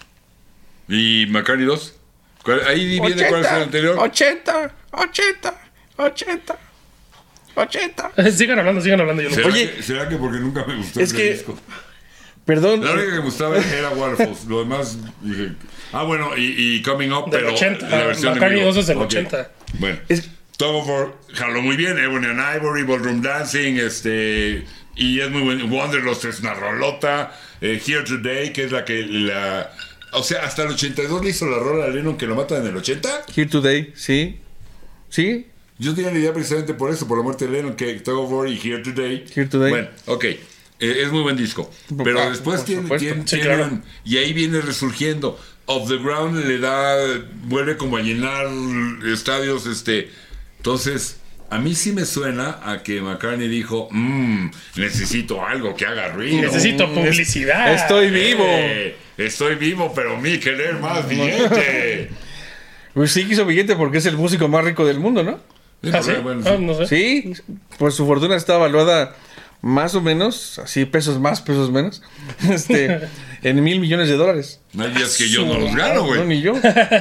¿Y McCartney dos? Ahí viene ochenta, cuál es el anterior. ochenta, ochenta, ochenta, ochenta. Sigan hablando, sigan hablando. Yo ¿Será, Oye, que, ¿será que porque nunca me gustó es el que, disco? Perdón. La única que me gustaba era Waterfalls. Lo demás dije... Ah, bueno, y, y Coming Up, del pero ochenta. la versión McCartney dos es del okay. ochenta. Bueno, es... Tug of War jaló muy bien. Ebony and Ivory, Ballroom Dancing, este... Y es muy bueno. Wanderlust es una rolota. Eh, Here Today, que es la que... la O sea, hasta el ochenta y dos le hizo la rola a Lennon que lo matan en el ochenta. Here Today, sí. ¿Sí? Yo tenía la idea precisamente por eso, por la muerte de Lennon, que Tug of War y Here Today. Here Today. Bueno, ok. Eh, es muy buen disco. Pero Ah, después por tiene, supuesto. tiene- Sí, tienen- claro. y ahí viene resurgiendo. Off the Ground le da, vuelve como a llenar estadios, este. Entonces, a mí sí me suena a que McCartney dijo, mmm, necesito algo que haga ruido. Necesito publicidad. Estoy vivo. Eh, estoy vivo, pero mi querer más billete. Pues sí quiso billete porque es el músico más rico del mundo, ¿no? ¿Ah, sí? Bueno, Ah, sí. no sé. Sí, pues su fortuna está evaluada más o menos, así pesos más, pesos menos, este, en mil millones de dólares. No hay días que yo no los gano, No, güey. ni yo.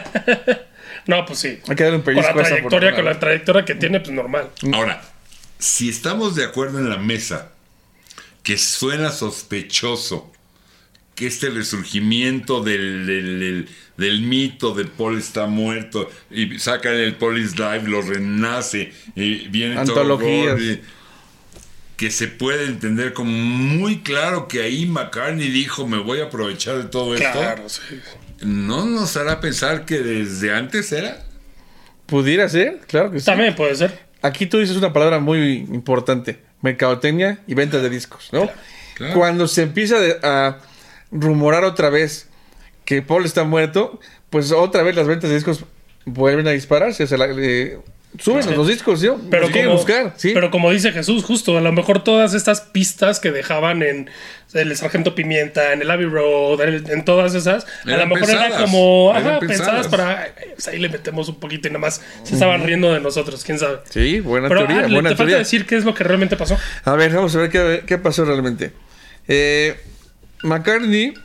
No, pues sí. Hay que darle un Con la pellizco a esa trayectoria, fortuna. con la trayectoria que tiene, pues normal. Ahora, si estamos de acuerdo en la mesa que suena sospechoso que este resurgimiento del, del, del- del mito de Paul está muerto y sacan el Paul is Live, lo renace y viene todo Antologías. Gordy, que se puede entender como muy claro que ahí McCartney dijo me voy a aprovechar de todo Claro, esto, sí. ¿no nos hará pensar que desde antes era? Pudiera ser, claro que sí. También puede ser. Aquí tú dices una palabra muy importante, mercadotecnia y ventas de discos, ¿no? Claro. Cuando se empieza de- a rumorar otra vez que Paul está muerto, pues otra vez las ventas de discos vuelven a dispararse, o sea, la- eh, suben Sí. los discos, ¿sí? Pero Los quieren como, buscar, ¿sí? pero como dice Jesús, justo, a lo mejor todas estas pistas que dejaban en el Sargento Pimienta, en el Abbey Road, en, en todas esas, a Eran lo mejor era pensadas, como eran ajá, pensadas. pensadas para. eh, pues ahí le metemos un poquito y nada más se estaban riendo de nosotros, quién sabe. Sí, buena Pero teoría, ah, le- buena te falta teoría. decir qué es lo que realmente pasó. A ver, vamos a ver qué, qué pasó realmente. Eh, McCartney,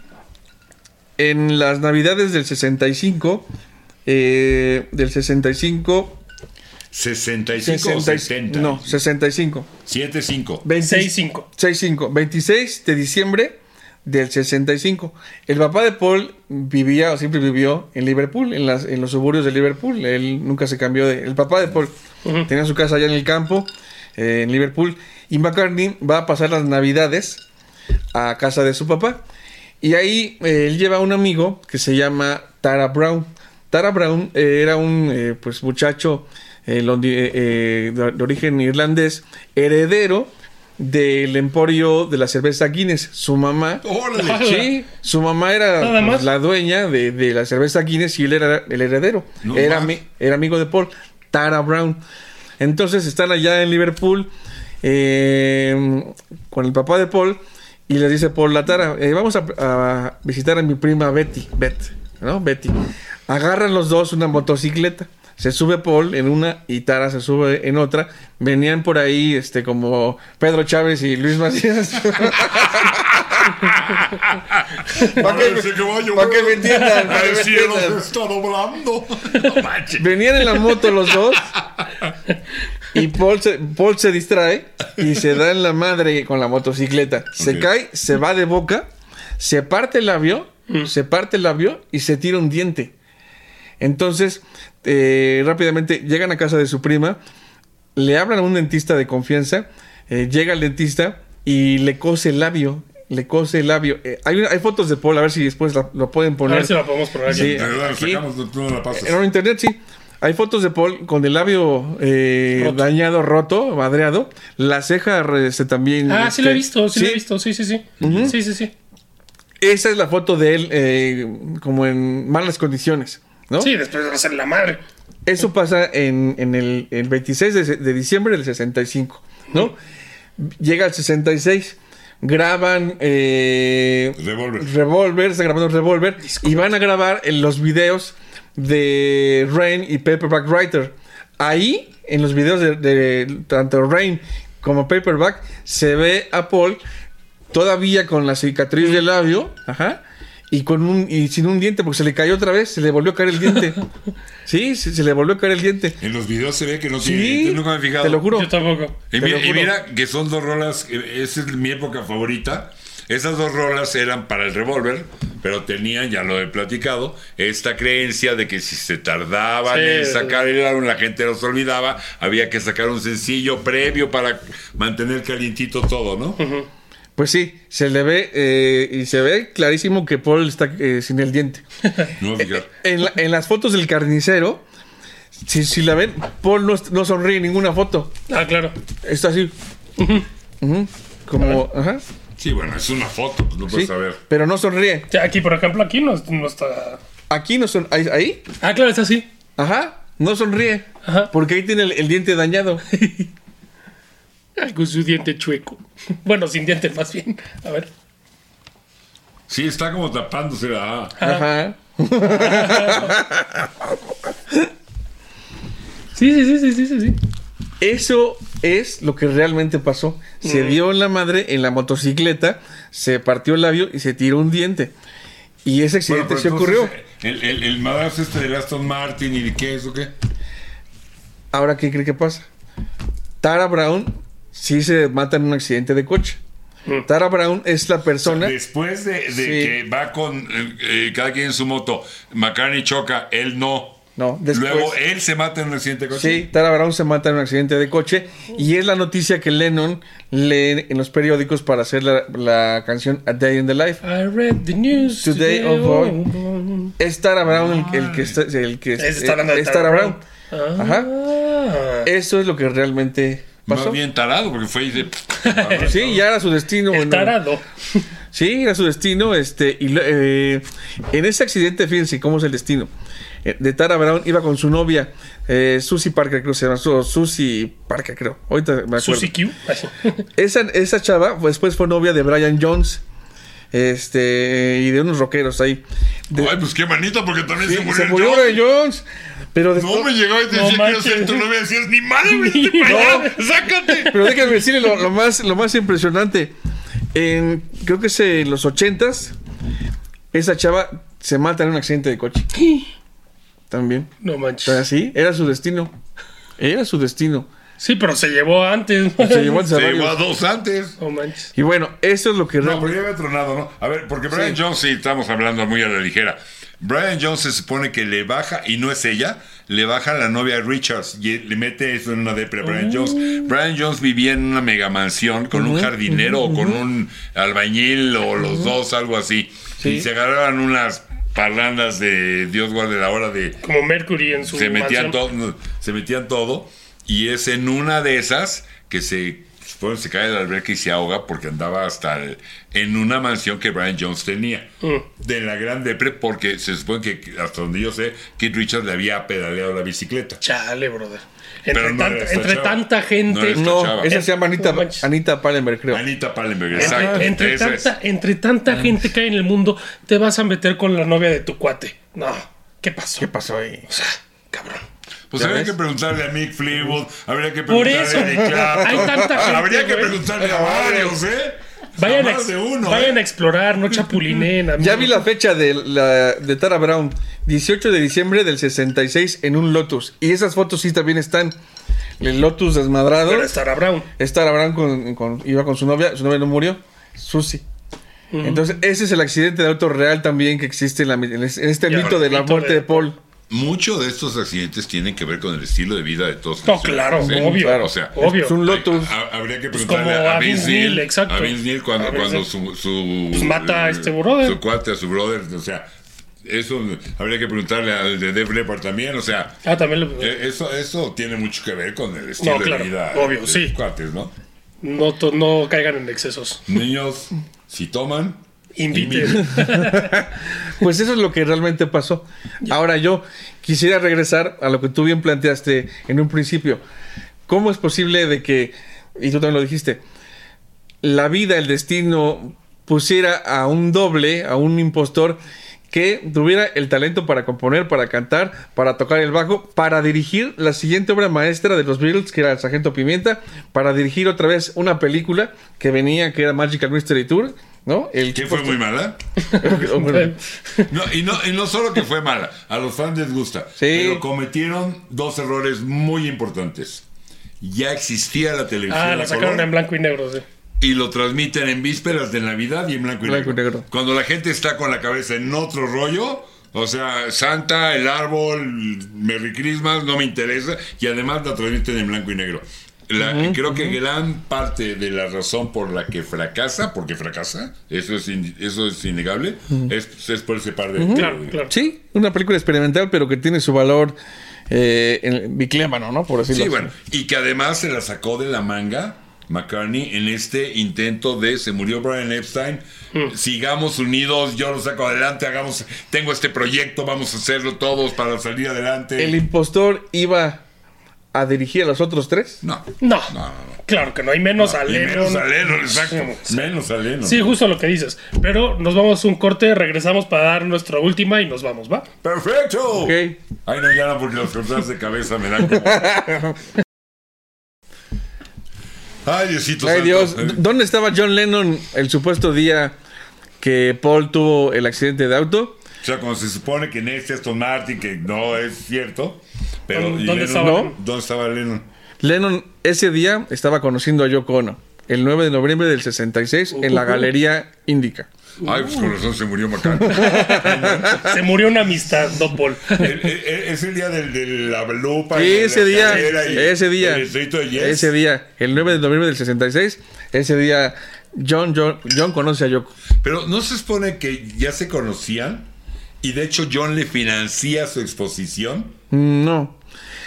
en las navidades del sesenta y cinco, eh, del sesenta y cinco, ¿sesenta y cinco sesenta o y- setenta? no, sesenta y cinco. siete cinco. seis cinco. seis cinco, veintiséis de diciembre del sesenta y cinco. El papá de Paul vivía o siempre vivió en Liverpool, en, las, en los suburbios de Liverpool. Él nunca se cambió de... El papá de Paul Ujú. tenía su casa allá en el campo, eh, en Liverpool. Y McCartney va a pasar las navidades a casa de su papá. Y ahí eh, él lleva a un amigo que se llama Tara Brown. Tara Brown eh, era un eh, pues muchacho eh, londi- eh, eh, de, de origen irlandés, heredero del emporio de la cerveza Guinness. Su mamá, ¡Órale! sí, su mamá era Nada más. pues, la dueña de, de la cerveza Guinness y él era el heredero. No era, más. ami- era amigo de Paul, Tara Brown. Entonces están allá en Liverpool eh, con el papá de Paul y le dice Paul a Tara, eh, vamos a, a visitar a mi prima Betty, Beth, ¿no? Betty. Agarran los dos una motocicleta. Se sube Paul en una y Tara se sube en otra. Venían por ahí este como Pedro Chávez y Luis Macías. Para que, Parece que va a llover. pa' que me entiendan. pa' que El me cielo entiendan. se está doblando. No manches. Venían en la moto los dos. Y Paul se, Paul se distrae y se da en la madre con la motocicleta. Se Ok. cae, se va de boca, se parte el labio, Mm. se parte el labio y se tira un diente. Entonces, eh, rápidamente llegan a casa de su prima, le hablan a un dentista de confianza, eh, llega el dentista y le cose el labio. Le cose el labio. Eh, hay, una- hay fotos de Paul, a ver si después la- lo pueden A poner. ver si la podemos poner aquí. Sí. De verdad, Aquí. sacamos, no, tú no la pasas. En internet, sí. Hay fotos de Paul con el labio eh, Roto. dañado, roto, madreado. La ceja este, también. Ah, sí lo he este, visto, sí, lo he visto, sí, sí, sí. Sí, sí, sí. Esa es la foto de él eh, como en malas condiciones, ¿no? Sí, después de hacer la madre. Eso pasa en, en el, el veintiséis de, de diciembre del sesenta y cinco, ¿no? Llega el sesenta y seis, graban eh, Revolver. Revolver, están grabando Revolver y van a grabar en los videos de Rain y Paperback Writer. Ahí, en los videos de, de tanto Rain como Paperback, se ve a Paul todavía con la cicatriz del labio, ajá, y con un y sin un diente porque se le cayó otra vez, se le volvió a caer el diente. Sí, se, se le volvió a caer el diente. En los videos se ve que no tiene. Sí, Yo nunca me he fijado. te lo juro. Yo tampoco. Y Te mira, lo y juro. mira que son dos rolas, eh, esa es mi época favorita. Esas dos rolas eran para el Revolver, pero tenían, ya lo he platicado, esta creencia de que si se tardaban Sí. en sacar el álbum, la gente los olvidaba, había que sacar un sencillo previo para mantener calientito todo, ¿no? Pues sí, se le ve eh, y se ve clarísimo que Paul está eh, sin el diente. No, fíjate. En, la- en las fotos del carnicero, si, si la ven, Paul no, no sonríe en ninguna foto. Ah, claro. Está así. Ujú. Como, ajá. Sí, bueno, es una foto, pues no puedes ¿sí? saber. Pero no sonríe. O sea, aquí, por ejemplo, aquí no, no está... Aquí no son... Ahí, ahí. Ah, claro, es así. Ajá. No sonríe. Ajá. Porque ahí tiene el, el diente dañado. Ay, con su diente chueco. Bueno, sin diente más bien. A ver. Sí, está como tapándose. Ah. Ajá. Sí, sí, sí, sí, sí, sí, sí. Eso es lo que realmente pasó. Se dio en la madre en la motocicleta, se partió el labio y se tiró un diente. Y ese accidente Bueno, se pero ocurrió. entonces, El, el, el madrazo este del Aston Martin y de qué es o qué. Ahora, ¿qué cree que pasa? Tara Brown sí se mata en un accidente de coche. Mm. Tara Brown es la persona... Después de, de Sí. que va con eh, eh, cada quien en su moto, McCartney choca, él no. No, después... Luego él se mata en un accidente de coche. Sí, Tara Brown se mata en un accidente de coche y es la noticia que Lennon lee en los periódicos para hacer la, la canción A Day in the Life. I read the news Today today. of oh, all- oh. Es Tara Brown el, el que está... El que, Ese está hablando de es Tara Tara Brown. Brown. Ah. Eso es lo que realmente Más pasó. bien tarado, porque fue y dice... Sí, ya era su destino. El bueno. tarado. Sí, era su destino. Este, y lo- eh, en ese accidente, fíjense cómo es el destino. Eh, de Tara Brown iba con su novia, eh, Susie Parker, creo que se llama. Su- Susie Parker, creo. Ahorita me acuerdo. Susie Q. Esa, esa chava pues, después fue novia de Brian Jones. Este, y de unos rockeros ahí. De- Ay, pues qué manita, porque también sí, se murió. se el murió John. Brian Jones. Pero después, No me llegaba y te No decía que iba a ser manches. tu novia, decías, ni madre, vete para allá, sácate. pero déjenme decirle lo, lo más, lo más impresionante. En, creo que es en los ochentas, esa chava se mata en un accidente de coche. También. No O sea, manches. sí, era su destino. Era su destino. Sí, pero se llevó antes. Se llevó antes a Se varios. llevó a dos antes. No manches. Y bueno, eso es lo que No, realmente... pero ya había tronado, ¿no? A ver, porque Brian Jones, sí, estamos hablando muy a la ligera. Brian Jones se supone que le baja, y no es ella, le baja a la novia Richards y le mete eso en una depre a Brian Jones. Brian Jones vivía en una mega mansión con un jardinero o con un albañil o los dos, algo así. Sí. Y se agarraban unas parrandas de Dios guarde la hora de... Como Mercury en su Se metían, mansión. todo, se metían todo y es en una de esas que se... Bueno, se cae de la alberca y se ahoga porque andaba hasta el- en una mansión que Brian Jones tenía. Mm. De la Gran Depre, porque se supone que, hasta donde yo sé, Keith Richards le había pedaleado la bicicleta. Chale, brother. Entre, Pero no tanta, era esta entre chava. tanta gente. No era esta No, chava. esa se llama Anita, No manches. Anita Pallenberg, creo. Anita Pallenberg, Entre, exacto. entre Esa es. tanta, entre tanta gente que hay en el mundo, te vas a meter con la novia de tu cuate. No, ¿qué pasó? ¿Qué pasó ahí? O sea, cabrón. Pues ¿Ya habría ves? que preguntarle a Mick Fleetwood, habría que Por preguntarle eso, a Eric Clapton. hay tanta gente, Habría que güey. preguntarle a varios, ¿eh? Vayan, A a, más ex- de uno, vayan ¿eh? a explorar, no chapulinen. amigos. Ya vi la fecha de, la, de Tara Brown, dieciocho de diciembre del sesenta y seis en un Lotus. Y esas fotos sí también están. El Lotus desmadrado. Pero es Tara Brown. Es Tara Brown con, con- iba con su novia, su novia no murió, Susie. Entonces, ese es el accidente de auto real también que existe en, la- en es- en este Ya, mito de la mito muerte de- de Paul. Muchos de estos accidentes tienen que ver con el estilo de vida de todos. No, los claro, ciudadanos, ¿eh? obvio. claro. O sea, Obvio. Es un Lotus. ha- habría que Pues preguntarle como a, a Vince Vince Neil, Neil, exacto. a Vince Neil cuando, A Vince cuando Neil. su, su Pues mata a este brother. su cuate, a su brother, o sea, eso habría que preguntarle al de Def Leppard también, o sea, Ah, también lo, eh, eso, eso tiene mucho que ver con el estilo No, claro, de vida obvio, de sí. los cuates, ¿no? no, to- no caigan en excesos. Niños, si toman, Inviten. Pues eso es lo que realmente pasó. Ahora yo quisiera regresar a lo que tú bien planteaste en un principio. ¿Cómo es posible de que, y tú también lo dijiste, la vida, el destino pusiera a un doble, a un impostor que tuviera el talento para componer, para cantar, para tocar el bajo, para dirigir la siguiente obra maestra de los Beatles, que era El Sargento Pimienta, para dirigir otra vez una película que venía, que era Magical Mystery Tour, ¿no? El que fue muy mala? Bueno, No, y, no, y no solo que fue mala, a los fans les gusta, Sí. pero cometieron dos errores muy importantes. Ya existía la televisión Ah, a la sacaron color, en blanco y negro, sí. y lo transmiten en vísperas de Navidad y en blanco y, Blanco y negro. negro. Cuando la gente está con la cabeza en otro rollo, o sea, Santa, el árbol, Merry Christmas, no me interesa, y además la transmiten en blanco y negro. La- creo que gran parte de la razón por la que fracasa, porque fracasa, eso es, in- eso es innegable, es, es por ese par de... Claro, claro. sí, una película experimental, pero que tiene su valor eh, en- biclémano, ¿no? Por decirlo Sí, así. bueno, y que además se la sacó de la manga McCartney en este intento de se murió Brian Epstein, mm. sigamos unidos, yo lo saco adelante, hagamos, tengo este proyecto, vamos a hacerlo todos para salir adelante. ¿El impostor iba a dirigir a los otros tres? No. No, no, no, no. Claro que no, hay menos no, a Lennon. Menos a Lennon, exacto. Sí. Menos a Lennon. Sí, justo lo que dices. Pero nos vamos a un corte, regresamos para dar nuestra última y nos vamos, ¿va? ¡Perfecto! Ok. Ay, no, ya no, porque los cortes de cabeza me dan como... Ay, Diosito Ay, santo. Dios. ¿Dónde estaba John Lennon el supuesto día que Paul tuvo el accidente de auto? O sea, como se supone que en este Aston Martin, que no es cierto. Pero ¿Dónde, Lennon, estaba? ¿no? ¿Dónde estaba Lennon? Lennon ese día estaba conociendo a Yoko Ono, el nueve de noviembre del sesenta y seis, uh-huh. en la Galería Índica. Ay, pues con razón se murió McCartney. Se murió una amistad, no Paul. el, el, el, es el día del, de la lupa. Sí, y ese de día, y ese día, el de Yes. ese día, el nueve de noviembre del sesenta y seis, ese día John, John, John conoce a Yoko. Pero ¿no se supone que ya se conocían? Y de hecho John le financia su exposición. No.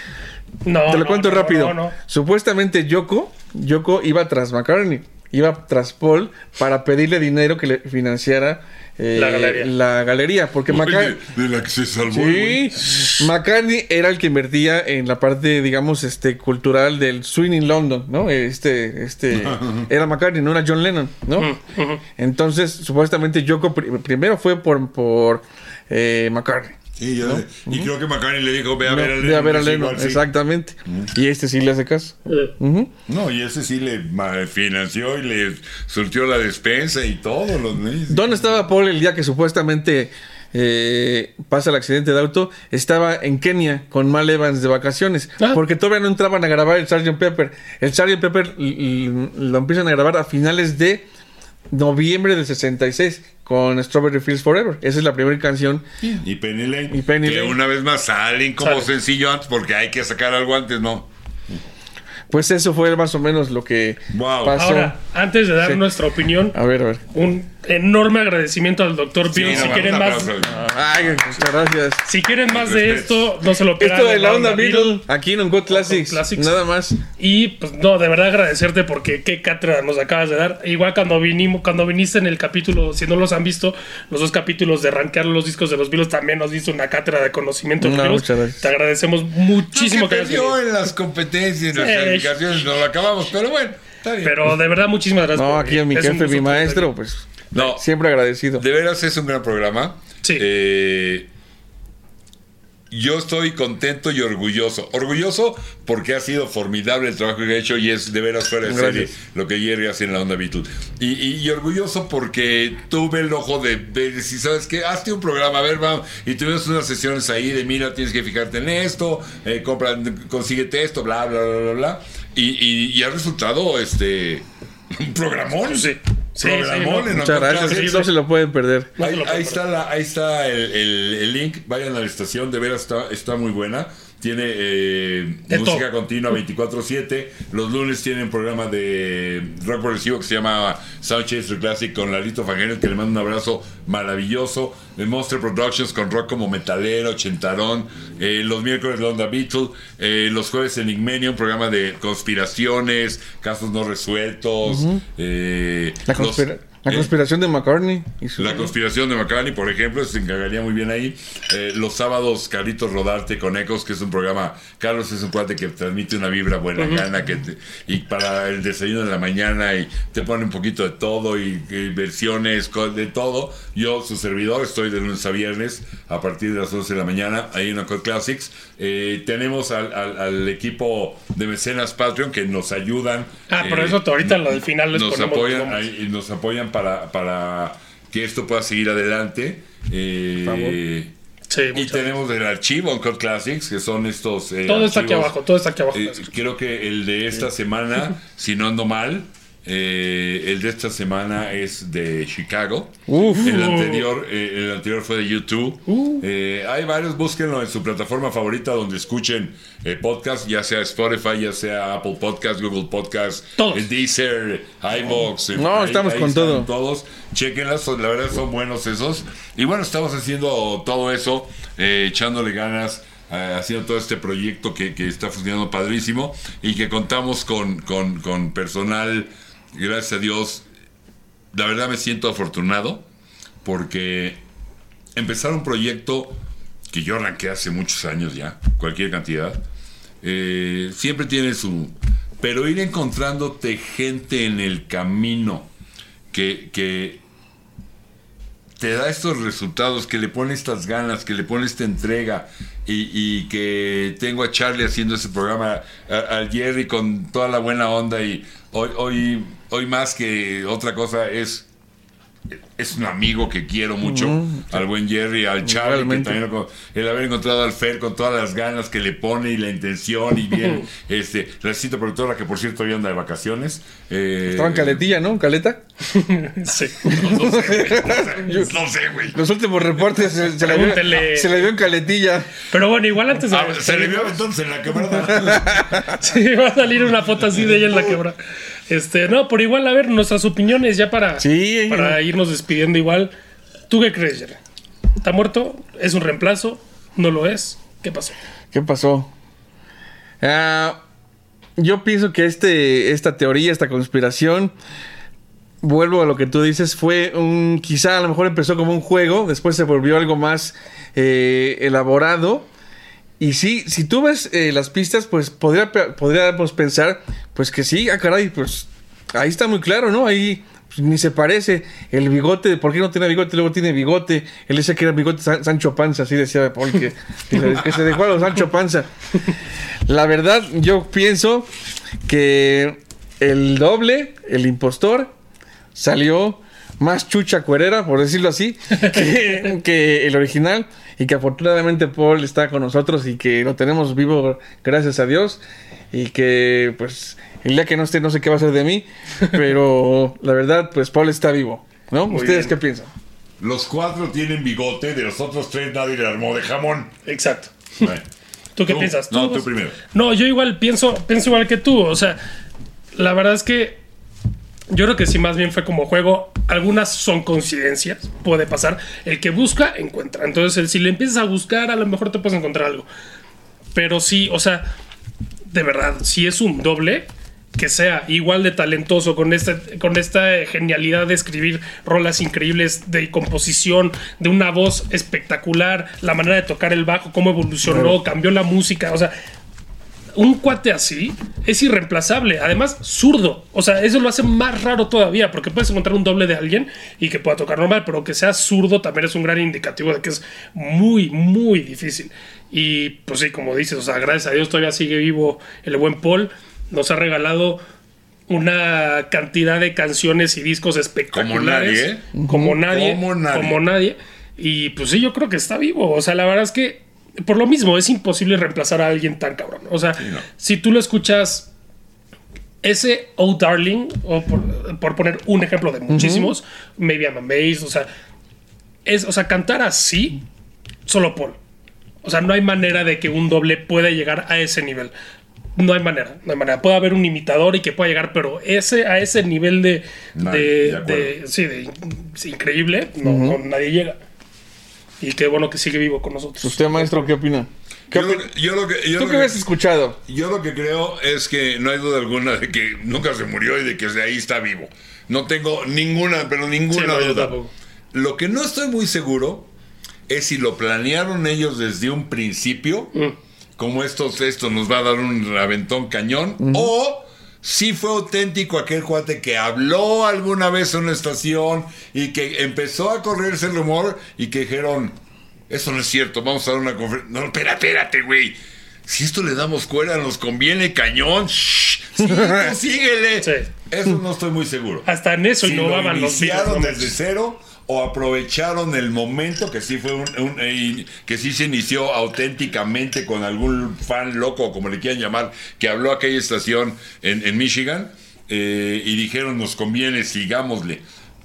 No, Te lo no, cuento no, rápido. No, no. Supuestamente Yoko, Yoko iba tras McCartney, iba tras Paul para pedirle dinero que le financiara eh, la galería. La galería porque Oye, McCartney, de la que se salvó. Sí, McCartney era el que invertía en la parte, digamos, este cultural del swing in London, ¿no? Este, este, era McCartney, no era John Lennon, ¿no? Uh-huh. Entonces, supuestamente Yoko pr- primero fue por, por eh, McCartney. Sí, yo, ¿no? Y uh-huh. creo que McCartney le dijo, ve a No, ver a Lennon. ve a ver a Lennon, igual, sí. exactamente. Uh-huh. Y este sí le hace caso. Uh-huh. Uh-huh. No, y ese sí le financió y le surtió la despensa y todo. Los meses. ¿Dónde estaba Paul el día que supuestamente eh, pasa el accidente de auto? Estaba en Kenia con Mal Evans de vacaciones, ah. porque todavía no entraban a grabar el sergeant Pepper. El sergeant Pepper l- l- lo empiezan a grabar a finales de noviembre del sesenta y seis con Strawberry Fields Forever. Esa es la primera canción. Y Penny Lane. Y Penny que Lane. una vez más salen como Sale. sencillo antes porque hay que sacar algo antes, ¿no? Pues eso fue más o menos lo que wow. pasó. Ahora, antes de dar Sí. nuestra opinión, A ver, a ver. un enorme agradecimiento al doctor Bill. Sí, si, no, quieren un más, aplauso. Ay, muchas gracias. si quieren más Respeto. de esto, no se lo pierdan. Esto de la en onda Beatle, aquí en Uncut Classics, Classics. nada más. Y pues no, de verdad agradecerte porque qué cátedra nos acabas de dar. Igual cuando vinimos, cuando viniste en el capítulo, si no los han visto, los dos capítulos de rankear los discos de los Beatles, también nos diste una cátedra de conocimiento de No, Beatles. muchas gracias. Te agradecemos muchísimo que que hayas perdió venido. en las competencias, en las Eh, calificaciones, no lo acabamos, pero bueno, está bien. Pero de verdad, muchísimas gracias. No, por aquí a mi venir. Es un jefe, mi gusto maestro, tenerte pues No. siempre agradecido. De veras es un gran programa. Sí. Eh, yo estoy contento y orgulloso. Orgulloso porque ha sido formidable el trabajo que ha hecho y es de veras fuera de Gracias. serie lo que Jerry hace en la onda Beatle. Y, y, y orgulloso porque tuve el ojo de, de decir, ¿sabes qué? Hazte un programa, a ver, vamos. Y tuvimos unas sesiones ahí de, mira, tienes que fijarte en esto, eh, compra, consíguete esto, bla, bla, bla, bla, bla. Y, y, y ha resultado este un programón. Sí. Sí, Programón sí, en Muchas Uncut gracias, Classics. no se lo pueden perder. No se Ahí, lo puedo ahí está, la, ahí está el, el- el link. Vayan a la estación, de veras está, está muy buena. Tiene eh, De música todo. continua veinticuatro siete. Los lunes tienen un programa de rock progresivo que se llama Soundchaser Classic con Lalito Fangenes, que le mando un abrazo maravilloso. De Monster Productions con rock como metalero, chentarón. Eh, los miércoles la onda Beatle. Eh, los jueves Enigmenia, un programa de conspiraciones, casos no resueltos. eh, La, los- conspira- la eh, conspiración de McCartney. Y su- la conspiración de McCartney, por ejemplo, se encargaría muy bien ahí. Eh, los sábados, Carlitos Rodarte con Ecos, que es un programa. Carlos es un cuate que transmite una vibra buena gana, que te- y para el desayuno de la mañana, y te pone un poquito de todo, y, y versiones, co- de todo. Yo, su servidor, estoy de lunes a viernes a partir de las once de la mañana, ahí en Uncut Classics. Eh, tenemos al, al- al equipo de mecenas Patreon que nos ayudan. Ah, por eh, eso ahorita lo del final les nos ponemos los apoyan, nombres. ahí, y nos apoyan para, para que esto pueda seguir adelante. Eh, Sí, y muchas tenemos el archivo Uncut Classics, que son estos. eh, Todo está aquí archivos. abajo, todo está aquí abajo. Eh, creo que el de esta semana, si no ando mal, eh, el de esta semana es de Chicago. Uf. El anterior, eh, el anterior fue de YouTube. Uh. Eh, hay varios, búsquenlo en su plataforma favorita donde escuchen eh, podcast, ya sea Spotify, ya sea Apple Podcast, Google Podcast, Todos. eh, Deezer, iVoox. eh, No, estamos con están todo. Todos, chequenlas, son- la verdad son buenos esos. Y bueno, estamos haciendo todo eso, eh, echándole ganas eh, haciendo todo este proyecto que, que está funcionando padrísimo y que contamos con, con, con personal, gracias a Dios. La verdad me siento afortunado porque empezar un proyecto que yo arranqué hace muchos años ya, cualquier cantidad, eh, siempre tiene su... Pero ir encontrándote gente en el camino que, que te da estos resultados, que le pone estas ganas, que le pone esta entrega, y, y que tengo a Charlie haciendo ese programa, a, al Jerry con toda la buena onda, y hoy, hoy, hoy más que otra cosa es... Es un amigo que quiero mucho, mm, al buen Jerry, al Charlie, que también lo, el haber encontrado al Fer con todas las ganas que le pone y la intención y bien, este, la cita productora que por cierto hoy anda de vacaciones. Eh, Estaba en Caletilla, ¿no? ¿Caleta? Sí. No, no sé, no sé, no sé, güey. Los últimos reportes se, se, la vio, se la vio en Caletilla. Pero bueno, igual antes de... Ah, se le vio entonces en la quebrada. Sí, va a salir una foto así de ella en la quebrada. Este, no, por igual, a ver, nuestras opiniones ya para, sí, para irnos despidiendo igual. ¿Tú qué crees, Jerry? ¿Está muerto? ¿Es un reemplazo? ¿No lo es? ¿Qué pasó? ¿Qué pasó? Uh, yo pienso que este, esta teoría, esta conspiración, vuelvo a lo que tú dices, fue un... Quizá a lo mejor empezó como un juego, después se volvió algo más eh, elaborado. Y sí, si tú ves eh, las pistas, pues podría, podríamos pensar, pues que sí, ah, caray, pues ahí está muy claro, ¿no? Ahí pues, ni se parece. El bigote, ¿por qué no tiene bigote? Luego tiene bigote. Él decía que era bigote San, Sancho Panza, así decía Paul, que, que se dejó a los Sancho Panza. La verdad, yo pienso que el doble, el impostor, salió más chucha cuerera, por decirlo así, que, que el original. Y que afortunadamente Paul está con nosotros y que lo tenemos vivo, gracias a Dios. Y que, pues, el día que no esté, no sé qué va a ser de mí. Pero la verdad, pues, Paul está vivo, ¿no? Muy ¿Ustedes bien. qué piensan? Los cuatro tienen bigote, de los otros tres nadie le armó de jamón. Exacto. Bueno. ¿Tú qué ¿Tú? piensas? No, ¿Tú? tú primero. No, yo igual pienso, pienso igual que tú. O sea, la verdad es que yo creo que sí, más bien fue como juego. Algunas son coincidencias, puede pasar. El que busca, encuentra. Entonces, el, si le empiezas a buscar, a lo mejor te puedes encontrar algo. Pero sí, o sea, de verdad, si es un doble, que sea igual de talentoso, con esta, con esta genialidad de escribir rolas increíbles, de composición, de una voz espectacular, la manera de tocar el bajo, cómo evolucionó, Claro. cambió la música, o sea... Un cuate así es irreemplazable. Además, zurdo. O sea, eso lo hace más raro todavía, porque puedes encontrar un doble de alguien y que pueda tocar normal, pero que sea zurdo también es un gran indicativo de que es muy, muy difícil. Y pues sí, como dices, o sea, gracias a Dios todavía sigue vivo el buen Paul. Nos ha regalado una cantidad de canciones y discos espectaculares. Como nadie, ¿eh? Como nadie. Como nadie. Como nadie. Y pues sí, yo creo que está vivo. O sea, la verdad es que por lo mismo, es imposible reemplazar a alguien tan cabrón. O sea, sí, no. si tú lo escuchas, ese Oh Darling, o por, por poner un ejemplo de muchísimos, uh-huh. Maybe I'm Amazed, o sea, es, o sea, cantar así, solo Paul. O sea, no hay manera de que un doble pueda llegar a ese nivel. No hay manera, no hay manera. Puede haber un imitador y que pueda llegar, pero ese a ese nivel de, no, de, de, de sí, de, de increíble, no, uh-huh. no, nadie llega. Y qué bueno que sigue vivo con nosotros. ¿Usted, maestro, qué opina? ¿Qué yo, opina? Lo que, yo lo que, yo ¿Tú lo qué que habías escuchado? Yo lo que creo es que no hay duda alguna de que nunca se murió y de que de ahí está vivo. No tengo ninguna, pero ninguna sí, no, duda. Lo que no estoy muy seguro es si lo planearon ellos desde un principio, mm. como estos, esto nos va a dar un aventón cañón, mm. o si fue auténtico aquel cuate que habló alguna vez en una estación y que empezó a correrse el rumor y que dijeron, eso no es cierto, vamos a dar una conferencia. No, espérate, espérate, güey. Si esto le damos cuerda, nos conviene cañón. Shh, sí, síguele. Sí. Eso no estoy muy seguro. Hasta en eso si innovaban lo iniciaron los videos, desde cero o aprovecharon el momento que sí fue un, un eh, que sí se inició auténticamente con algún fan loco, como le quieran llamar, que habló a aquella estación en, en Michigan eh, y dijeron nos conviene, sigámosle.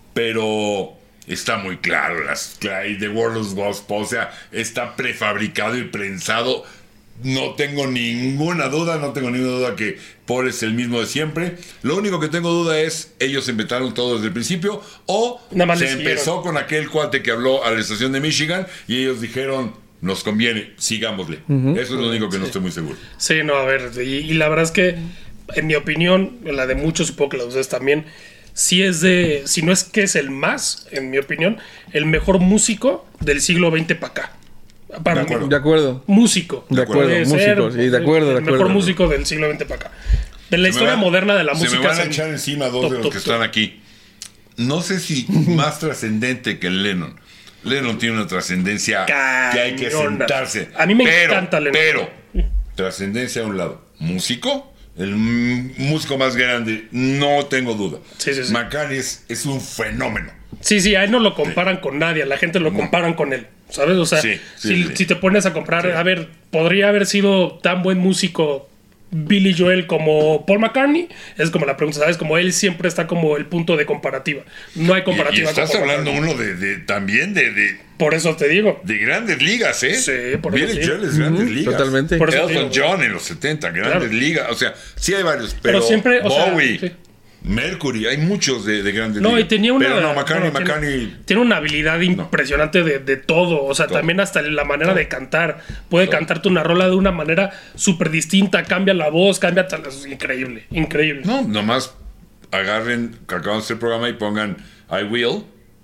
Pero está muy claro, las The World's Gospel, o sea, está prefabricado y prensado. No tengo ninguna duda, no tengo ninguna duda que Paul es el mismo de siempre. Lo único que tengo duda es, ellos inventaron todo desde el principio o se empezó con aquel cuate que habló a la estación de Michigan y ellos dijeron, nos conviene, sigámosle. Ujú. Eso es lo único que no estoy muy seguro. Sí, no, a ver, y, y la verdad es que, en mi opinión, la de muchos, supongo que la de ustedes también, sí es de, si no es que es el más, en mi opinión, el mejor músico del siglo veinte para acá. Para De mí. acuerdo. De acuerdo. Músico. De acuerdo, Puede músico, ser, sí, de acuerdo, de el acuerdo. mejor músico del siglo veinte para acá. De la Se me historia va- moderna de la se música. me van a se- echar encima dos top, de los top, que top. están aquí. No sé si más trascendente que Lennon. Lennon tiene una trascendencia que hay que Cañona. sentarse. A mí me pero, encanta Lennon. Pero, trascendencia a un lado. Músico, el m- músico más grande, no tengo duda. Sí, sí, sí. McCartney es, es un fenómeno. Sí, sí, a él no lo comparan con nadie, a la gente lo comparan con él, ¿sabes? O sea, Sí, sí, si, sí. si te pones a comparar, a ver, podría haber sido tan buen músico Billy Joel como Paul McCartney, es como la pregunta, ¿sabes? Como él siempre está como el punto de comparativa. No hay Y, y comparativa. estás con Paul hablando McCartney. uno de, de- también de, de, Por eso te digo. de grandes ligas, ¿eh? Sí, por eso Billy sí. Joel es grandes Ujú, ligas. totalmente. Por eso te Elton digo. John en los setenta, grandes Claro. ligas. O sea, sí hay varios, pero, Pero siempre, o sea, Bowie, sí. Mercury, hay muchos de, de grandes No, y ligas. tenía una. Pero no, McCartney, bueno, McCartney. Tiene, tiene una habilidad impresionante de, de todo. O sea, Todo. también hasta la manera de cantar. Puede Todo. cantarte una rola de una manera súper distinta. Cambia la voz, cambia tal. Es increíble, increíble. No, nomás agarren, que acabamos el programa y pongan I Will.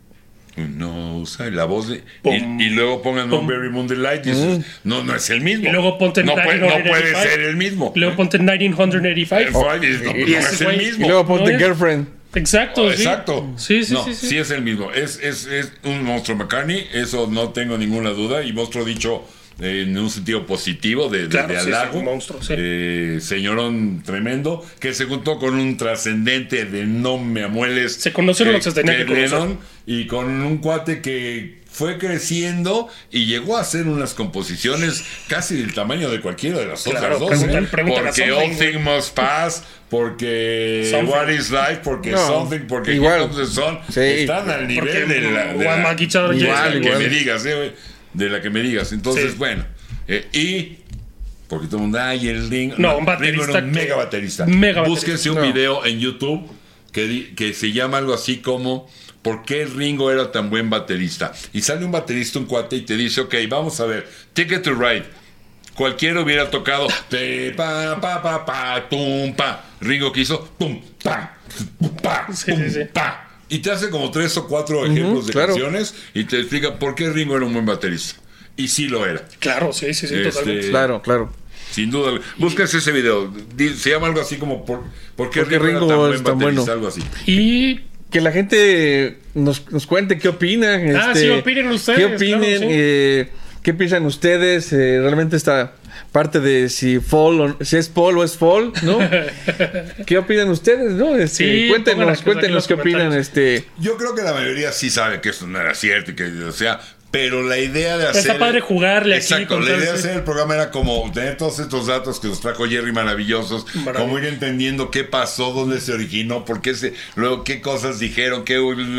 No, usa la voz de. Pum. Y, y luego pongan Pum. No Very Moon Light. Y dices, no, no es el mismo. Y luego ponte no, puede, no diecinueve puede ochenta y cinco. ser el mismo. Y luego ponte mil novecientos ochenta y cinco. Eh, y- no, Y- no y es ese el güey- mismo. Y luego ponte No, Girlfriend. Exacto, sí. Exacto. Sí, sí, No, sí, sí. es el mismo. Es, es, es un monstruo McCartney, eso no tengo ninguna duda. Y monstruo dicho eh, en un sentido positivo de, de- Claro, de sí, sí, halago. un monstruo, sí. Eh, señorón tremendo, que se juntó con un trascendente de no me amueles. Se conocieron que- los que se tenían que conocer. Lennon, y con un cuate que fue creciendo y llegó a hacer unas composiciones casi del tamaño de cualquiera de las Claro, otras dos. pregúntale- ¿eh? pregúntale a Porque Something, All güey. Things Must Pass, porque Something. What is Life, porque No, Something, porque igual. Here Comes the Sun, Sí. están al nivel Porque de la, de One la- Monkey Challenge de Igual, la que igual. me digas, eh, güey, de la que me digas. Entonces, Sí. bueno, eh, y porque todo el mundo, ay, el Ringo. No, un Ringo baterista era un que- mega baterista. mega Búsquense un baterista. video en YouTube que, di- que se llama algo así como ¿por qué Ringo era tan buen baterista? Y sale un baterista, un cuate, y te dice, ok, vamos a ver, Ticket to Ride. Cualquiera hubiera tocado te, pa, pa, pa, pa, tum, pa. Ringo que hizo tum, pa, pa, Sí, tum, sí, sí. pa. Y te hace como tres o cuatro ejemplos de claro. canciones y te explica por qué Ringo era un buen baterista. Y sí lo era. Claro, sí, sí, sí, Este, totalmente. Claro, claro. Sin duda. Búsquense ese video. Di- Se llama algo así como ¿Por, por qué ¿Por qué Ringo, Ringo era tan buen es tan baterista? bueno? Algo así. Y Que la gente nos, nos cuente qué opinan. Ah, este, sí, opinen ustedes, ¿Qué opinen? claro, sí. eh, ¿Qué piensan ustedes? Eh, realmente esta parte de si fall o- si es Paul o es fall, ¿no? ¿Qué opinan ustedes, no? Este, Sí, pongan cuéntenos, aquí en cuéntenos los qué opinan, comentarios. este. Yo creo que la mayoría sí sabe que eso no era cierto y que, o sea, pero la idea de Está hacer. padre jugarle aquí, Exacto, la idea de contarse. hacer el programa era como tener todos estos datos que nos trajo Jerry maravillosos, Maravilloso. como ir entendiendo qué pasó, dónde se originó, por qué se. Luego qué cosas dijeron, qué.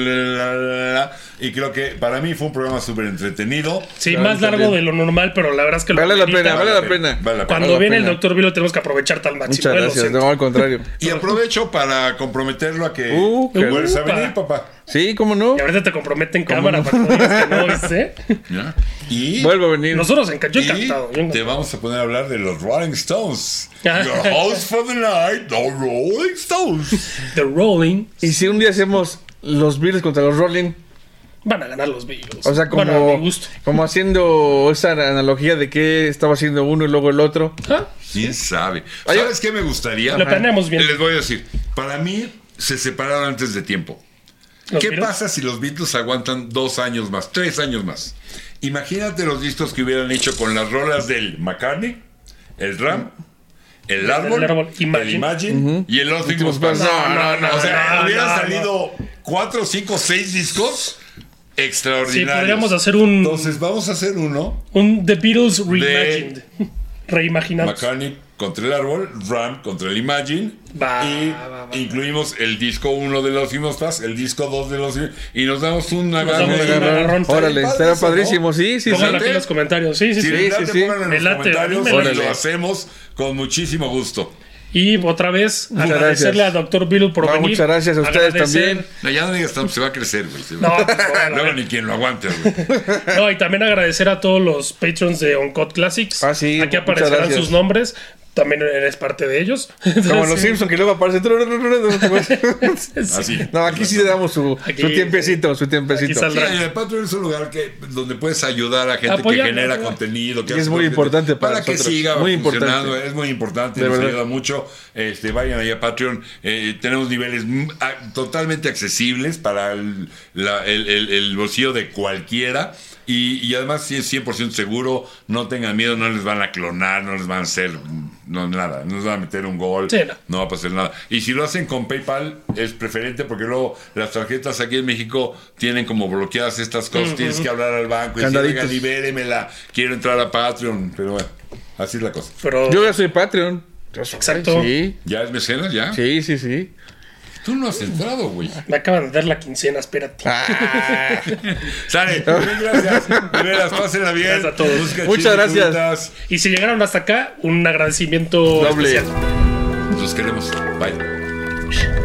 Y creo que para mí fue un programa súper entretenido. sí, Claro, más largo también. de lo normal, pero la verdad es que lo Vale la amerita. pena, vale la pena. Vale la pena. Cuando Vale la viene pena. el doctor Vilo tenemos que aprovechar tal máximo. Muchas eh, lo gracias, siento. no, al contrario. Y aprovecho para comprometerlo a que Uh, qué- vuelves a Upa. venir, papá. Sí, ¿cómo no? Y ahorita te compromete en cámara para que no digas que no, ¿viste? ¿Ya? Y. Vuelvo a venir. Nosotros enca- yo Y encantado. yo te encantado. vamos a poner a hablar de los Rolling Stones. Your host for the night, the Rolling Stones. The Rolling Y si un día hacemos los Beatles contra los Rolling, van a ganar los Beatles. o sea, Bueno, a como, mi gusto. como haciendo esa analogía de que estaba haciendo uno y luego el otro. Ah, ¿Quién sabe? Ay, ¿Sabes qué me gustaría? Lo planeamos bien. Les voy a decir, para mí se separaron antes de tiempo. ¿Los ¿Qué Beatles? pasa si los Beatles aguantan dos años más, tres años más? Imagínate los discos que hubieran hecho con las rolas del McCartney, el Ram, el Árbol, el árbol, el Imagine. Imagine y el All Things Must Pass. No, no, no, O sea, no, hubieran no, salido cuatro, cinco, seis discos Sí, extraordinarios. podríamos hacer un, Entonces vamos a hacer uno. un The Beatles Reimagined. Reimaginados. McCartney contra el árbol, Ram contra el Imagine. Va, y va, va, va. incluimos el disco uno de los Imos Pass, el disco dos de los y nos damos un damos agarre. un ahí. agarrón. Está bien Órale, padre estará eso, ¿no? padrísimo, sí, sí, Pónganlo sí. aquí en los comentarios. Sí, sí, Si sí. les late, sí, sí. pónganlo en Me los late, a mí comentarios me y late. lo hacemos con muchísimo gusto. Y otra vez, Muchas agradecerle gracias. a doctor Bilu por No, venir. muchas gracias a ustedes también. No, ya no digas tanto, se va a crecer, güey. se va. No, pues, bueno, Luego ni quien lo aguante, güey. no, y también agradecer a todos los patrons de Uncut Classics. Ah, sí, Aquí muchas aparecerán gracias. sus nombres. También eres parte de ellos. Como los Sí. Simpsons que luego aparecen. Así. No, aquí sí le damos su, Aquí, su tiempecito, su aquí tiempecito. sal- Sí, el Patreon es un lugar que, donde puedes ayudar a gente Apoyar, que genera apoyar. contenido. Que Y es hace muy cosas importante para que nosotros. siga Muy funcionando. importante. Es muy importante, De nos verdad. ayuda mucho. Este, vayan allá a Patreon. Eh, tenemos niveles mm, a- totalmente accesibles para el, la- el- el- el bolsillo de cualquiera. Y, y además, si es cien por ciento seguro, no tengan miedo, no les van a clonar, no les van a hacer no, nada, no les van a meter un gol, Sí, no. no va a pasar nada. Y si lo hacen con PayPal, es preferente porque luego las tarjetas aquí en México tienen como bloqueadas estas cosas. Tienes que hablar al banco y decir, Candaditos. oiga, libéremela, quiero entrar a Patreon. Pero bueno, así es la cosa. Pero Yo ya soy Patreon. Yo soy, Exacto. Sí, ¿Ya es mecenas? ¿Ya? sí, sí, sí. Tú no has entrado, güey. me acaban de dar la quincena, espérate. Ah, Sale, bien, gracias. De veras, pásenla bien. Gracias a todos. Busca Muchas chismes, gracias. cubitas. Y si llegaron hasta acá, un agradecimiento Doble. especial. Los queremos. Bye.